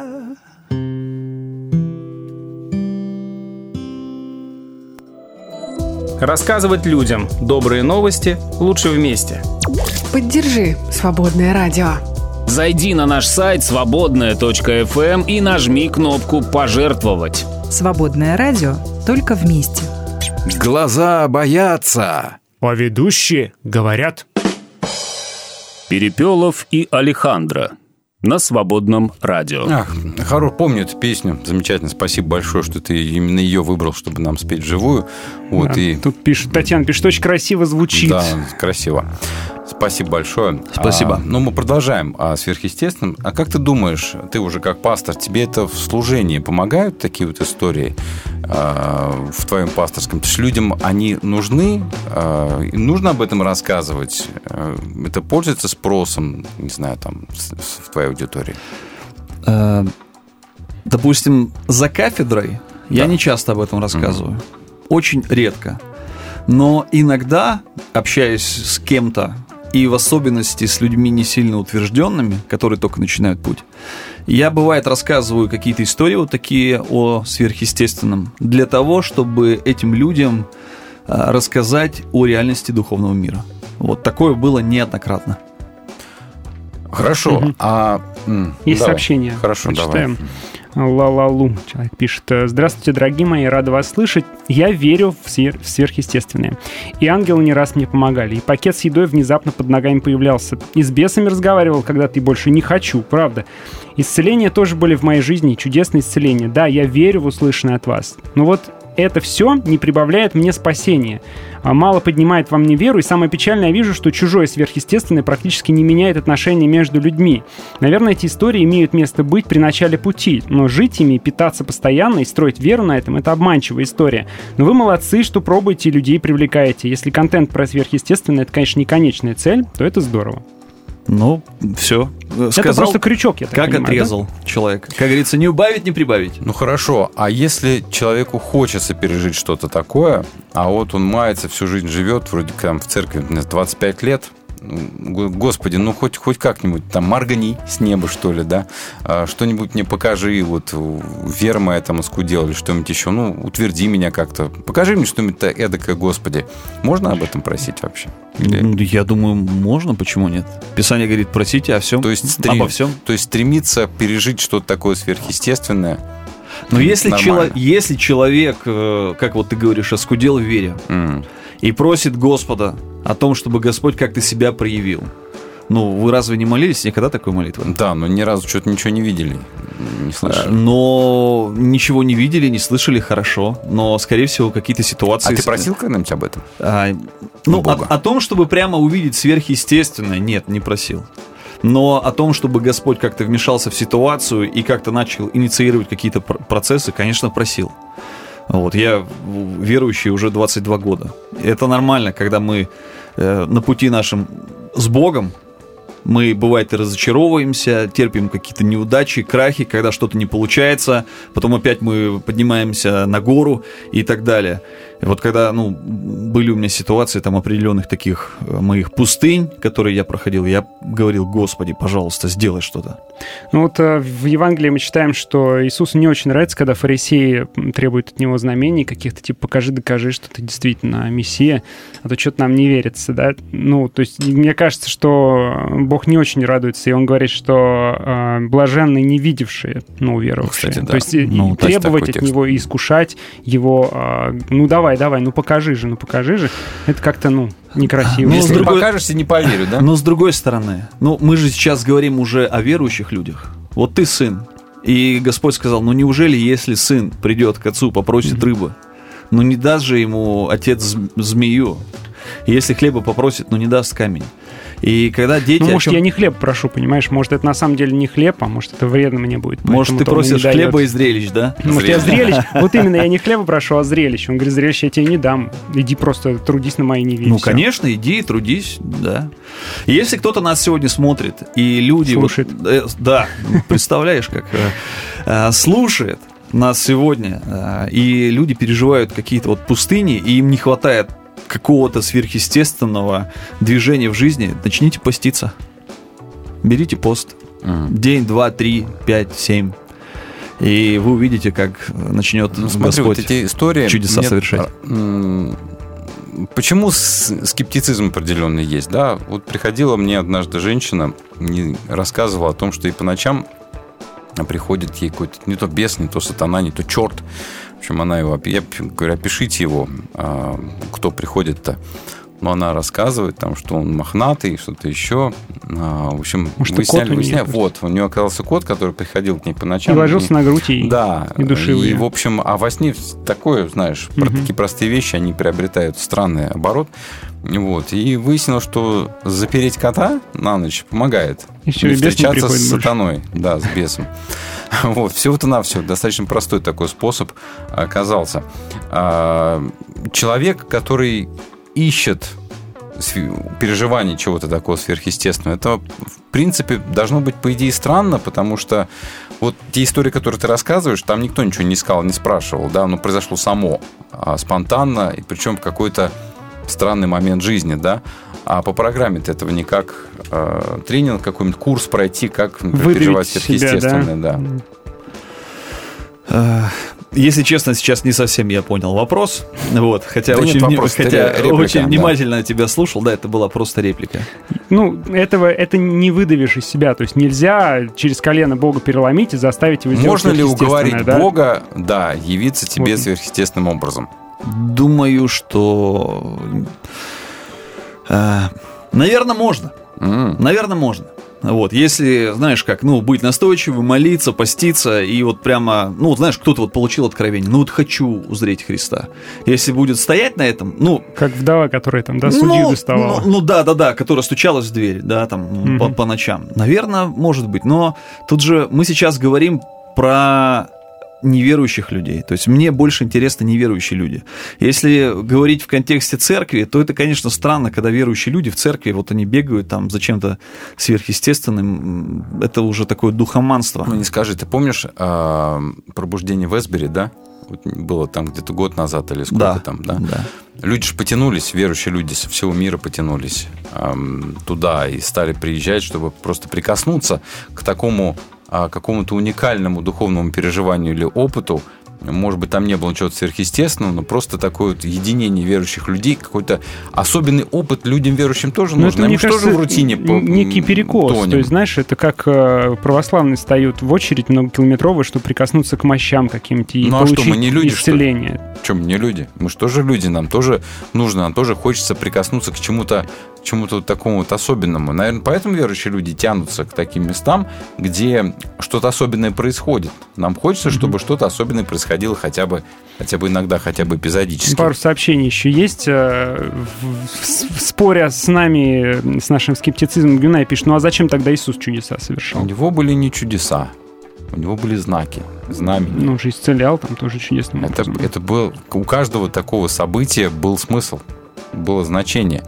Рассказывать людям добрые новости лучше вместе. Поддержи «Свободное радио». Зайди на наш сайт свободная.фм и нажми кнопку «Пожертвовать». «Свободное радио» только вместе. Глаза боятся, а ведущие говорят. Перепелов и Алехандро на Свободном радио. Помню эту песню. Замечательно. Спасибо большое, что ты именно ее выбрал, чтобы нам спеть вживую. Вот, да, и... Тут пишет, Татьяна пишет, очень красиво звучит. Да, красиво. Спасибо большое. Спасибо. Мы продолжаем о сверхъестественном. А как ты думаешь, ты уже как пастор, тебе это в служении помогают такие вот истории в твоем пасторском? То есть людям они нужны? Нужно об этом рассказывать? Это пользуется спросом, не знаю, там, в твоей аудитории? Допустим, за кафедрой я не часто об этом рассказываю. Очень редко. Но иногда, общаясь с кем-то и в особенности с людьми не сильно утвержденными, которые только начинают путь, я, бывает, рассказываю какие-то истории вот такие о сверхъестественном для того, чтобы этим людям рассказать о реальности духовного мира. Вот такое было неоднократно. Хорошо. Есть сообщение. Хорошо, почитаем. Ла-ла-лу. Человек пишет: «Здравствуйте, дорогие мои, рада вас слышать. Я верю в сверхъестественное. И ангелы не раз мне помогали. И пакет с едой внезапно под ногами появлялся. И с бесами разговаривал когда-то, и больше не хочу, правда. Исцеления тоже были в моей жизни, чудесные исцеления. Да, я верю в услышанное от вас. Но вот это все не прибавляет мне спасения, мало поднимает во мне веру, и самое печальное, я вижу, что чужое сверхъестественное практически не меняет отношения между людьми. Наверное, эти истории имеют место быть при начале пути, но жить ими, питаться постоянно и строить веру на этом — это обманчивая история. Но вы молодцы, что пробуете и людей привлекаете. Если контент про сверхъестественное — это, конечно, не конечная цель, то это здорово». Ну, все. Это просто крючок, я так как понимаю, отрезал человек. Как говорится, не убавить, не прибавить. Ну хорошо, а если человеку хочется пережить что-то такое, а вот он мается, всю жизнь живет, вроде там в церкви 25 лет, Господи, ну хоть как-нибудь там моргни с неба, что ли, да? Что-нибудь мне покажи, вот вера моя там оскудела или что-нибудь еще, ну, утверди меня как-то. Покажи мне что-нибудь эдакое, Господи. Можно об этом просить вообще? Или... Я думаю, можно, почему нет? Писание говорит, просите о всем, обо всем. То есть стремиться пережить что-то такое сверхъестественное. Но если человек, как вот ты говоришь, оскудел в вере и просит Господа о том, чтобы Господь как-то себя проявил. Ну, вы разве не молились никогда такой молитвы? Да, но ни разу что-то ничего не видели, не слышали. Но ничего не видели, не слышали, хорошо. Но, скорее всего, какие-то ситуации... А ты просил когда-нибудь об этом? О том, чтобы прямо увидеть сверхъестественное, нет, не просил. Но о том, чтобы Господь как-то вмешался в ситуацию и как-то начал инициировать какие-то процессы, конечно, просил. Вот, я верующий уже 22 года. Это нормально, когда мы на пути нашем с Богом, мы, бывает, и разочаровываемся, терпим какие-то неудачи, крахи, когда что-то не получается, потом опять мы поднимаемся на гору и так далее. И вот когда, были у меня ситуации там определенных таких моих пустынь, которые я проходил, я говорил: Господи, пожалуйста, сделай что-то. Ну вот в Евангелии мы читаем, что Иисусу не очень нравится, когда фарисеи требуют от него знамений каких-то, типа покажи, докажи, что ты действительно Мессия, а то что-то нам не верится, да? Ну, то есть мне кажется, что Бог не очень радуется, и он говорит, что блаженны не видевшие, уверовавшие. Кстати, да. То есть требовать от него и искушать его, давай, покажи же, это как-то, некрасиво. Если покажешься, не поверю, да? Но с другой стороны, мы же сейчас говорим уже о верующих людях. Вот ты сын, и Господь сказал: неужели, если сын придет к отцу, попросит рыбы, не даст же ему отец змею? И если хлеба попросит, не даст камень. И когда дети... может, я не хлеб прошу, понимаешь? Может, это на самом деле не хлеб, а может, это вредно мне будет. Может, ты просишь хлеба и зрелищ, да? Может, я зрелищ... Вот именно, я не хлеба прошу, а зрелищ. Он говорит: зрелищ я тебе не дам. Иди просто трудись на моей неве. Конечно, иди, трудись, да. Если кто-то нас сегодня смотрит, и люди... Слушает. Да, представляешь, как слушает нас сегодня, и люди переживают какие-то пустыни, и им не хватает какого-то сверхъестественного движения в жизни, начните поститься. Берите пост. День, 2, 3, 5, 7. И вы увидите, как начнет Господь эти истории чудеса совершать. Почему скептицизм определенный есть? Да? Вот приходила мне однажды женщина, рассказывала о том, что и по ночам приходит ей какой-то не то бес, не то сатана, не то черт. В общем, она его... Я говорю: опишите его, кто приходит-то. Но она рассказывает, там, что он мохнатый, что-то еще. В общем, выясняли. Вот, у нее оказался кот, который приходил к ней по ночам. И ложился на грудь и душил ее. И, в общем, во сне такое, знаешь, такие простые вещи, они приобретают странный оборот. Вот. И выяснилось, что запереть кота на ночь помогает. И все, и встречаться с сатаной. Да, с бесом. Вот. Всего-то-навсего. Достаточно простой такой способ оказался. Человек, который ищет переживание чего-то такого сверхъестественного, это, в принципе, должно быть, по идее, странно, потому что вот те истории, которые ты рассказываешь, там никто ничего не искал, не спрашивал, да, оно произошло само, спонтанно, и причем в какой-то странный момент жизни, да. А по программе ты этого никак. Тренинг, какой-нибудь курс пройти, как выдавить переживать сверхъестественное, да. Если честно, сейчас не совсем я понял вопрос. Вот, хотя да очень, реплика, очень внимательно тебя слушал, да, это была просто реплика. Ну, это не выдавишь из себя. То есть нельзя через колено Бога переломить и заставить его сделать можно ли уговорить да? Бога, да, явиться тебе вот сверхъестественным образом? Думаю, что... наверное, можно. Наверное, можно. Вот, если, знаешь, как, быть настойчивым, молиться, поститься, и вот прямо, знаешь, кто-то вот получил откровение, хочу узреть Христа. Если будет стоять на этом, как вдова, которая там, да, судью доставала. Да, которая стучалась в дверь, да, там, по ночам. Наверное, может быть, но тут же мы сейчас говорим про неверующих людей. То есть мне больше интересны неверующие люди. Если говорить в контексте церкви, то это, конечно, странно, когда верующие люди в церкви, вот они бегают там за чем-то сверхъестественным. Это уже такое духоманство. Не скажи, ты помнишь пробуждение в Эсбери, да? Было там где-то год назад или сколько там, да? Да. Люди же потянулись, верующие люди со всего мира потянулись туда и стали приезжать, чтобы просто прикоснуться к такому какому-то уникальному духовному переживанию или опыту. Может быть, там не было ничего сверхъестественного, но просто такое вот единение верующих людей, какой-то особенный опыт людям верующим тоже нужен. Это, мне кажется, тоже в рутине некий перекос. Тонем. То есть, знаешь, это как православные встают в очередь многокилометровую, чтобы прикоснуться к мощам каким-то и получить мы не люди, исцеление. Что мы не люди? Мы же тоже люди, нам тоже нужно, нам тоже хочется прикоснуться к чему-то вот такому вот особенному. Наверное, поэтому верующие люди тянутся к таким местам, где что-то особенное происходит. Нам хочется, чтобы что-то особенное происходило хотя бы иногда, хотя бы эпизодически. Пару сообщений еще есть. Споря с нами, с нашим скептицизмом, Гюнай пишет, а зачем тогда Иисус чудеса совершал? У него были не чудеса, у него были знаки, знамения. Он же исцелял там тоже чудесным образом. Это был, у каждого такого события был смысл, было значение.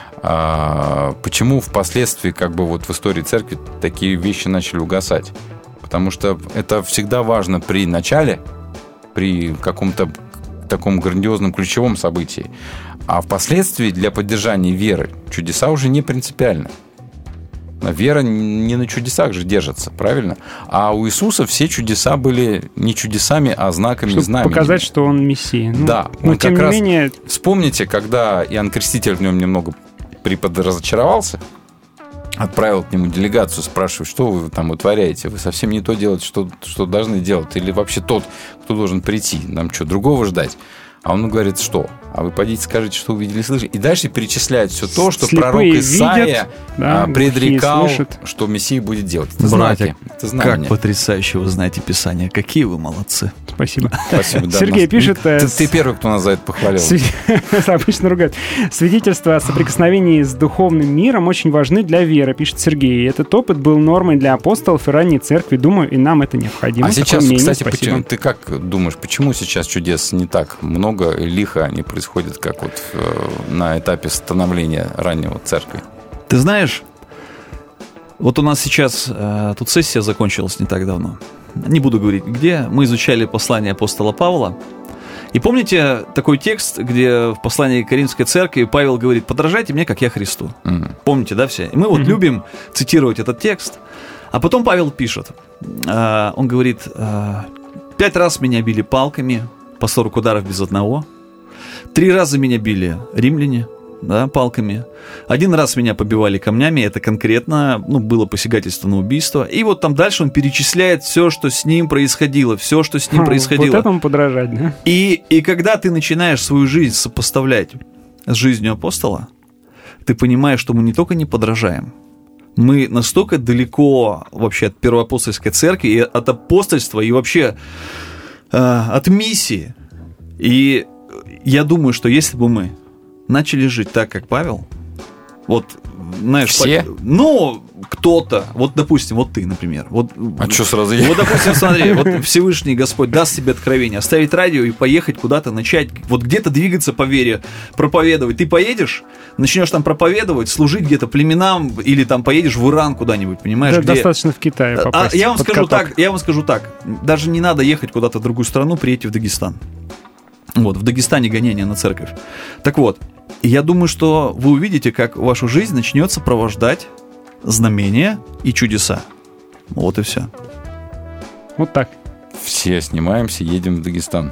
Почему впоследствии, в истории церкви такие вещи начали угасать? Потому что это всегда важно при начале, при каком-то таком грандиозном ключевом событии. А впоследствии для поддержания веры чудеса уже не принципиальны. Вера не на чудесах же держится, правильно? А у Иисуса все чудеса были не чудесами, а знаками и знамениями. Показать, что он Мессия. Да. Но тем не менее... Вспомните, когда Иоанн Креститель в нем немного разочаровался, отправил к нему делегацию, спрашивает, что вы там вытворяете? Вы совсем не то делаете, что должны делать. Или вообще тот, кто должен прийти. Нам что, другого ждать? А он говорит, что? А вы пойдите, скажите, что увидели и слышали. И дальше перечисляет все то, что слепые пророк Исаия предрекал, что Мессия будет делать. Это знаки. Это знамения. Как потрясающе вы знаете Писание. Какие вы молодцы. Спасибо. Спасибо, да, Сергей пишет... Ты первый, кто нас за это похвалил. Обычно ругают. Свидетельства о соприкосновении с духовным миром очень важны для веры, пишет Сергей. Этот опыт был нормой для апостолов и ранней церкви. Думаю, и нам это необходимо. А сейчас, кстати, ты как думаешь, почему сейчас чудес не так много и лихо они происходят, как на этапе становления раннего церкви? Ты знаешь, вот у нас сейчас тут сессия закончилась не так давно. Не буду говорить где. Мы изучали послание апостола Павла. И помните такой текст, где в послании к Коринфской церкви Павел говорит: «Подражайте мне, как я Христу». Помните, да, все? И мы любим цитировать этот текст. А потом Павел пишет. Он говорит: 5 раз меня били палками, по 40 ударов без одного. 3 раза меня били римляне, да, палками. 1 раз меня побивали камнями, это конкретно, было посягательство на убийство. И вот там дальше он перечисляет все, что с ним происходило, все, что с ним происходило. Вот этому подражать, да? И когда ты начинаешь свою жизнь сопоставлять с жизнью апостола, ты понимаешь, что мы не только не подражаем, мы настолько далеко вообще от первоапостольской церкви, и от апостольства, и вообще от миссии. И я думаю, что если бы мы начали жить так, как Павел, вот, знаешь... Все? Кто-то, вот, допустим, вот ты, например. А что сразу я? Вот, допустим, смотри, вот Всевышний Господь даст тебе откровение, оставить радио и поехать куда-то, начать, вот где-то двигаться по вере, проповедовать. Ты поедешь, начнешь там проповедовать, служить где-то племенам, или там поедешь в Иран куда-нибудь, понимаешь? Да, где... достаточно в Китае попасть. Я вам скажу так, даже не надо ехать куда-то в другую страну, приедьте в Дагестан. Вот, в Дагестане гонения на церковь. Так вот, И я думаю, что вы увидите, как вашу жизнь начнет сопровождать знамения и чудеса. Вот и все. Вот так. Все снимаемся, едем в Дагестан.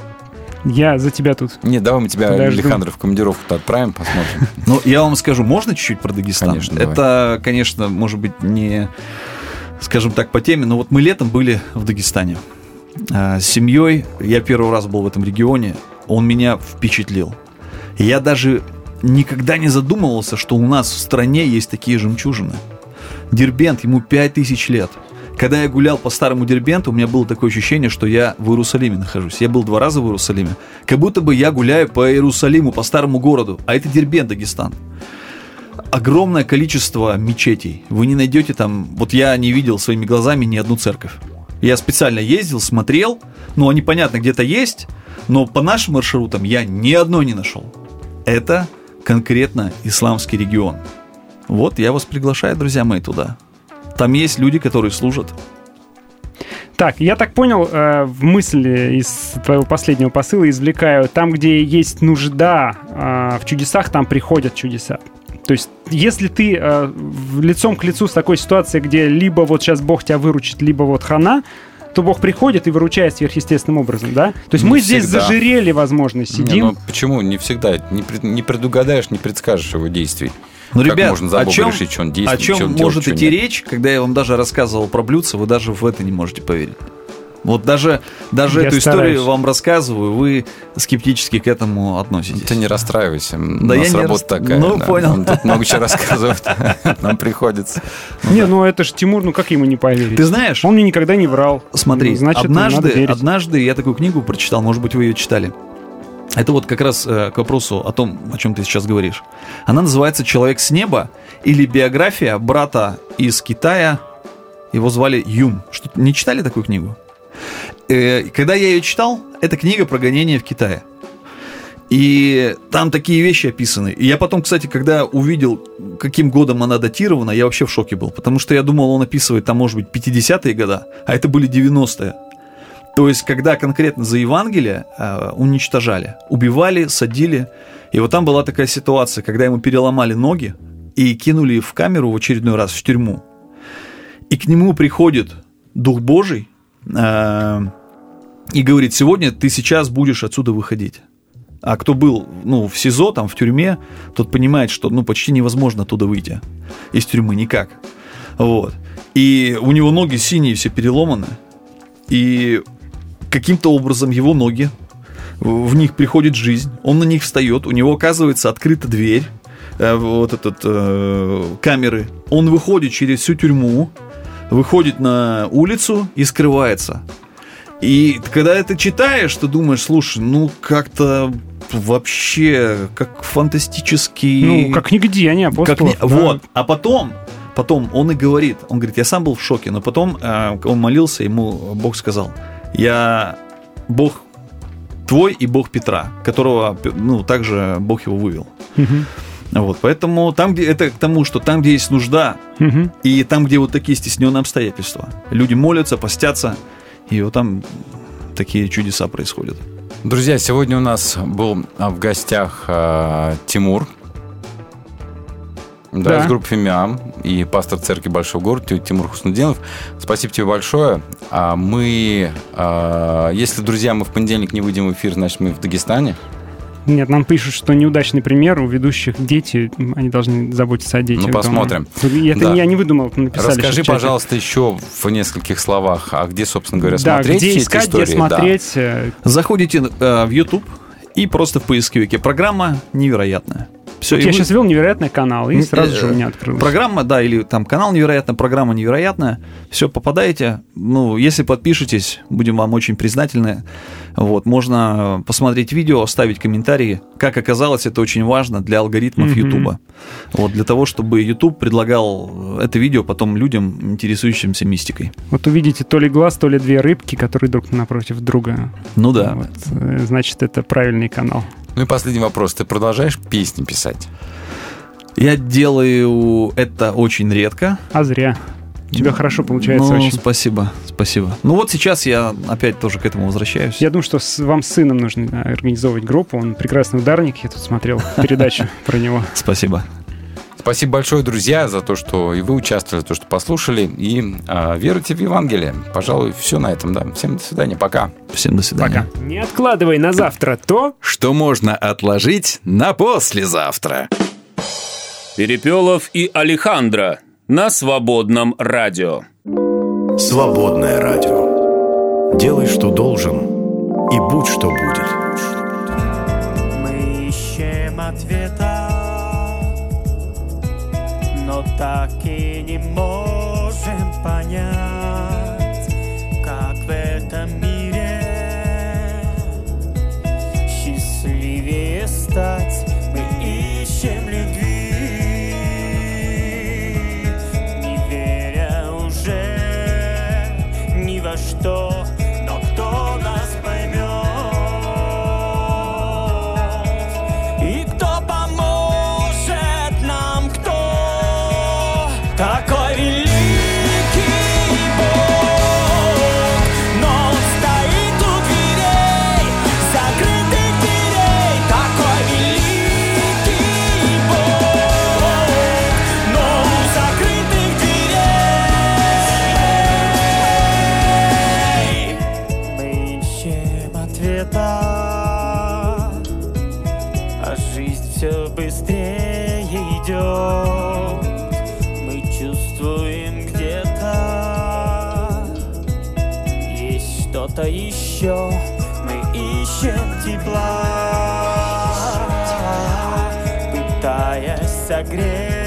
Я за тебя тут. Не, давай мы тебя, подожду. Александр, в командировку-то отправим, посмотрим. Ну, я вам скажу, можно чуть-чуть про Дагестан? Конечно, Это, конечно, может быть, не, скажем так, по теме, но вот мы летом были в Дагестане с семьей. Я первый раз был в этом регионе. Он меня впечатлил. Я даже никогда не задумывался, что у нас в стране есть такие жемчужины. Дербент, ему 5000 лет. Когда я гулял по старому Дербенту, у меня было такое ощущение, что я в Иерусалиме нахожусь. Я был 2 раза в Иерусалиме. Как будто бы я гуляю по Иерусалиму, по старому городу. А это Дербент, Дагестан. Огромное количество мечетей. Вы не найдете там... Вот я не видел своими глазами ни одну церковь. Я специально ездил, смотрел. Ну, они, понятно, где-то есть. Но по нашим маршрутам я ни одной не нашел. Это конкретно исламский регион. Вот, я вас приглашаю, друзья мои, туда. Там есть люди, которые служат. Так, я так понял, в мысли из твоего последнего посыла извлекаю, там, где есть нужда в чудесах, там приходят чудеса. То есть, если ты лицом к лицу с такой ситуацией, где либо вот сейчас Бог тебя выручит, либо вот хана, то Бог приходит и выручает сверхъестественным образом, да? То есть Не мы всегда. здесь зажирели, возможно, сидим. Не, ну почему? Не всегда. Не предугадаешь, не предскажешь его действий. Ну, как ребят, можно за Бога решить, что он действует, о чем что он может делает, идти что нет? речь, когда я вам даже рассказывал про блюдца, вы даже в это не можете поверить. Вот даже эту историю вам рассказываю, вы скептически к этому относитесь. Ты не расстраивайся. У Да нас я не работа такая. Ну, да. понял. Он тут много чего рассказывает. Нам приходится. Не, ну это же Тимур, ну как ему не поверить? Ты знаешь? Он мне никогда не врал. Смотри, Ну, значит, надо верить. однажды я такую книгу прочитал, может быть, вы ее читали. Это вот как раз к вопросу о том, о чем ты сейчас говоришь. Она называется «Человек с неба» или биография брата из Китая. Его звали Юм. Что, не читали такую книгу? Когда я ее читал, это книга про гонение в Китае. И там такие вещи описаны. И я потом, кстати, когда увидел, каким годом она датирована, я вообще в шоке был. Потому что я думал, он описывает там, может быть, 50-е годы, а это были 90-е. То есть, когда конкретно за Евангелие уничтожали, убивали, садили. И вот там была такая ситуация, когда ему переломали ноги и кинули в камеру в очередной раз, в тюрьму. И к нему приходит Дух Божий и говорит: сегодня ты сейчас будешь отсюда выходить. А кто был в СИЗО, там, в тюрьме, тот понимает, что почти невозможно оттуда выйти из тюрьмы, никак. Вот. И у него ноги синие, все переломаны. И каким-то образом его ноги, в них приходит жизнь, он на них встает, у него, оказывается, открыта дверь, камеры. Он выходит через всю тюрьму, выходит на улицу и скрывается. И когда это читаешь, ты думаешь: слушай, как-то вообще как фантастический... как нигде, они апостолов. Да. Вот, а потом он и говорит, я сам был в шоке, но потом он молился, ему Бог сказал: я Бог твой и Бог Петра, которого, также Бог его вывел. Вот, поэтому там, где это к тому, что там, где есть нужда, и там, где вот такие стесненные обстоятельства, люди молятся, постятся, и вот там такие чудеса происходят. Друзья, сегодня у нас был в гостях Тимур, да, из группы «Фимиам» и пастор церкви «Большой город» Тимур Хуснутдинов. Спасибо тебе большое. Мы, если, друзья, мы в понедельник не выйдем в эфир, значит, мы в Дагестане. Нет, нам пишут, что неудачный пример, у ведущих дети, они должны заботиться о детях. Ну, посмотрим. Это я не выдумал, это написали. Расскажи, пожалуйста, еще в нескольких словах, где, собственно говоря, да, смотреть где искать, эти истории? Где смотреть. Да. Заходите в YouTube и просто в поисковике. Программа невероятная. Все, я сейчас ввел «Невероятный канал», и сразу же у меня открылось. Программа, да, или там канал «Невероятно», программа «Невероятная». Все, попадаете. Если подпишетесь, будем вам очень признательны. Вот, можно посмотреть видео, оставить комментарии. Как оказалось, это очень важно для алгоритмов YouTube. Вот, для того, чтобы YouTube предлагал это видео потом людям, интересующимся мистикой. Вот увидите то ли глаз, то ли две рыбки, которые друг напротив друга. Ну да. Вот, значит, это правильный канал. Ну и последний вопрос. Ты продолжаешь песни писать? Я делаю это очень редко. А зря. У тебя хорошо получается очень. Спасибо. Спасибо. Ну вот сейчас я опять тоже к этому возвращаюсь. Я думаю, что вам с сыном нужно организовывать группу. Он прекрасный ударник. Я тут смотрел передачу про него. Спасибо. Спасибо большое, друзья, за то, что и вы участвовали, за то, что послушали. И веруйте в Евангелие. Пожалуй, все на этом, да. Всем до свидания, пока. Всем до свидания. Пока. Не откладывай на завтра то, что можно отложить на послезавтра. Перепелов и Алехандро на Свободном радио. Свободное радио. Делай, что должен, и будь, что будет. Мы ищем ответа, но так и не можем понять, как в этом мире счастливее стать. Мы ищем любви, не веря уже ни во что, но кто нас поймет и кто поможет нам, кто такой великий Бог, но он стоит у дверей, закрытых дверей. Такой великий Бог, но у закрытых дверей мы ищем ответа, а жизнь все быстрее идет. Мы чувствуем где-то есть что-то еще. Мы ищем тепла, пытаясь согреть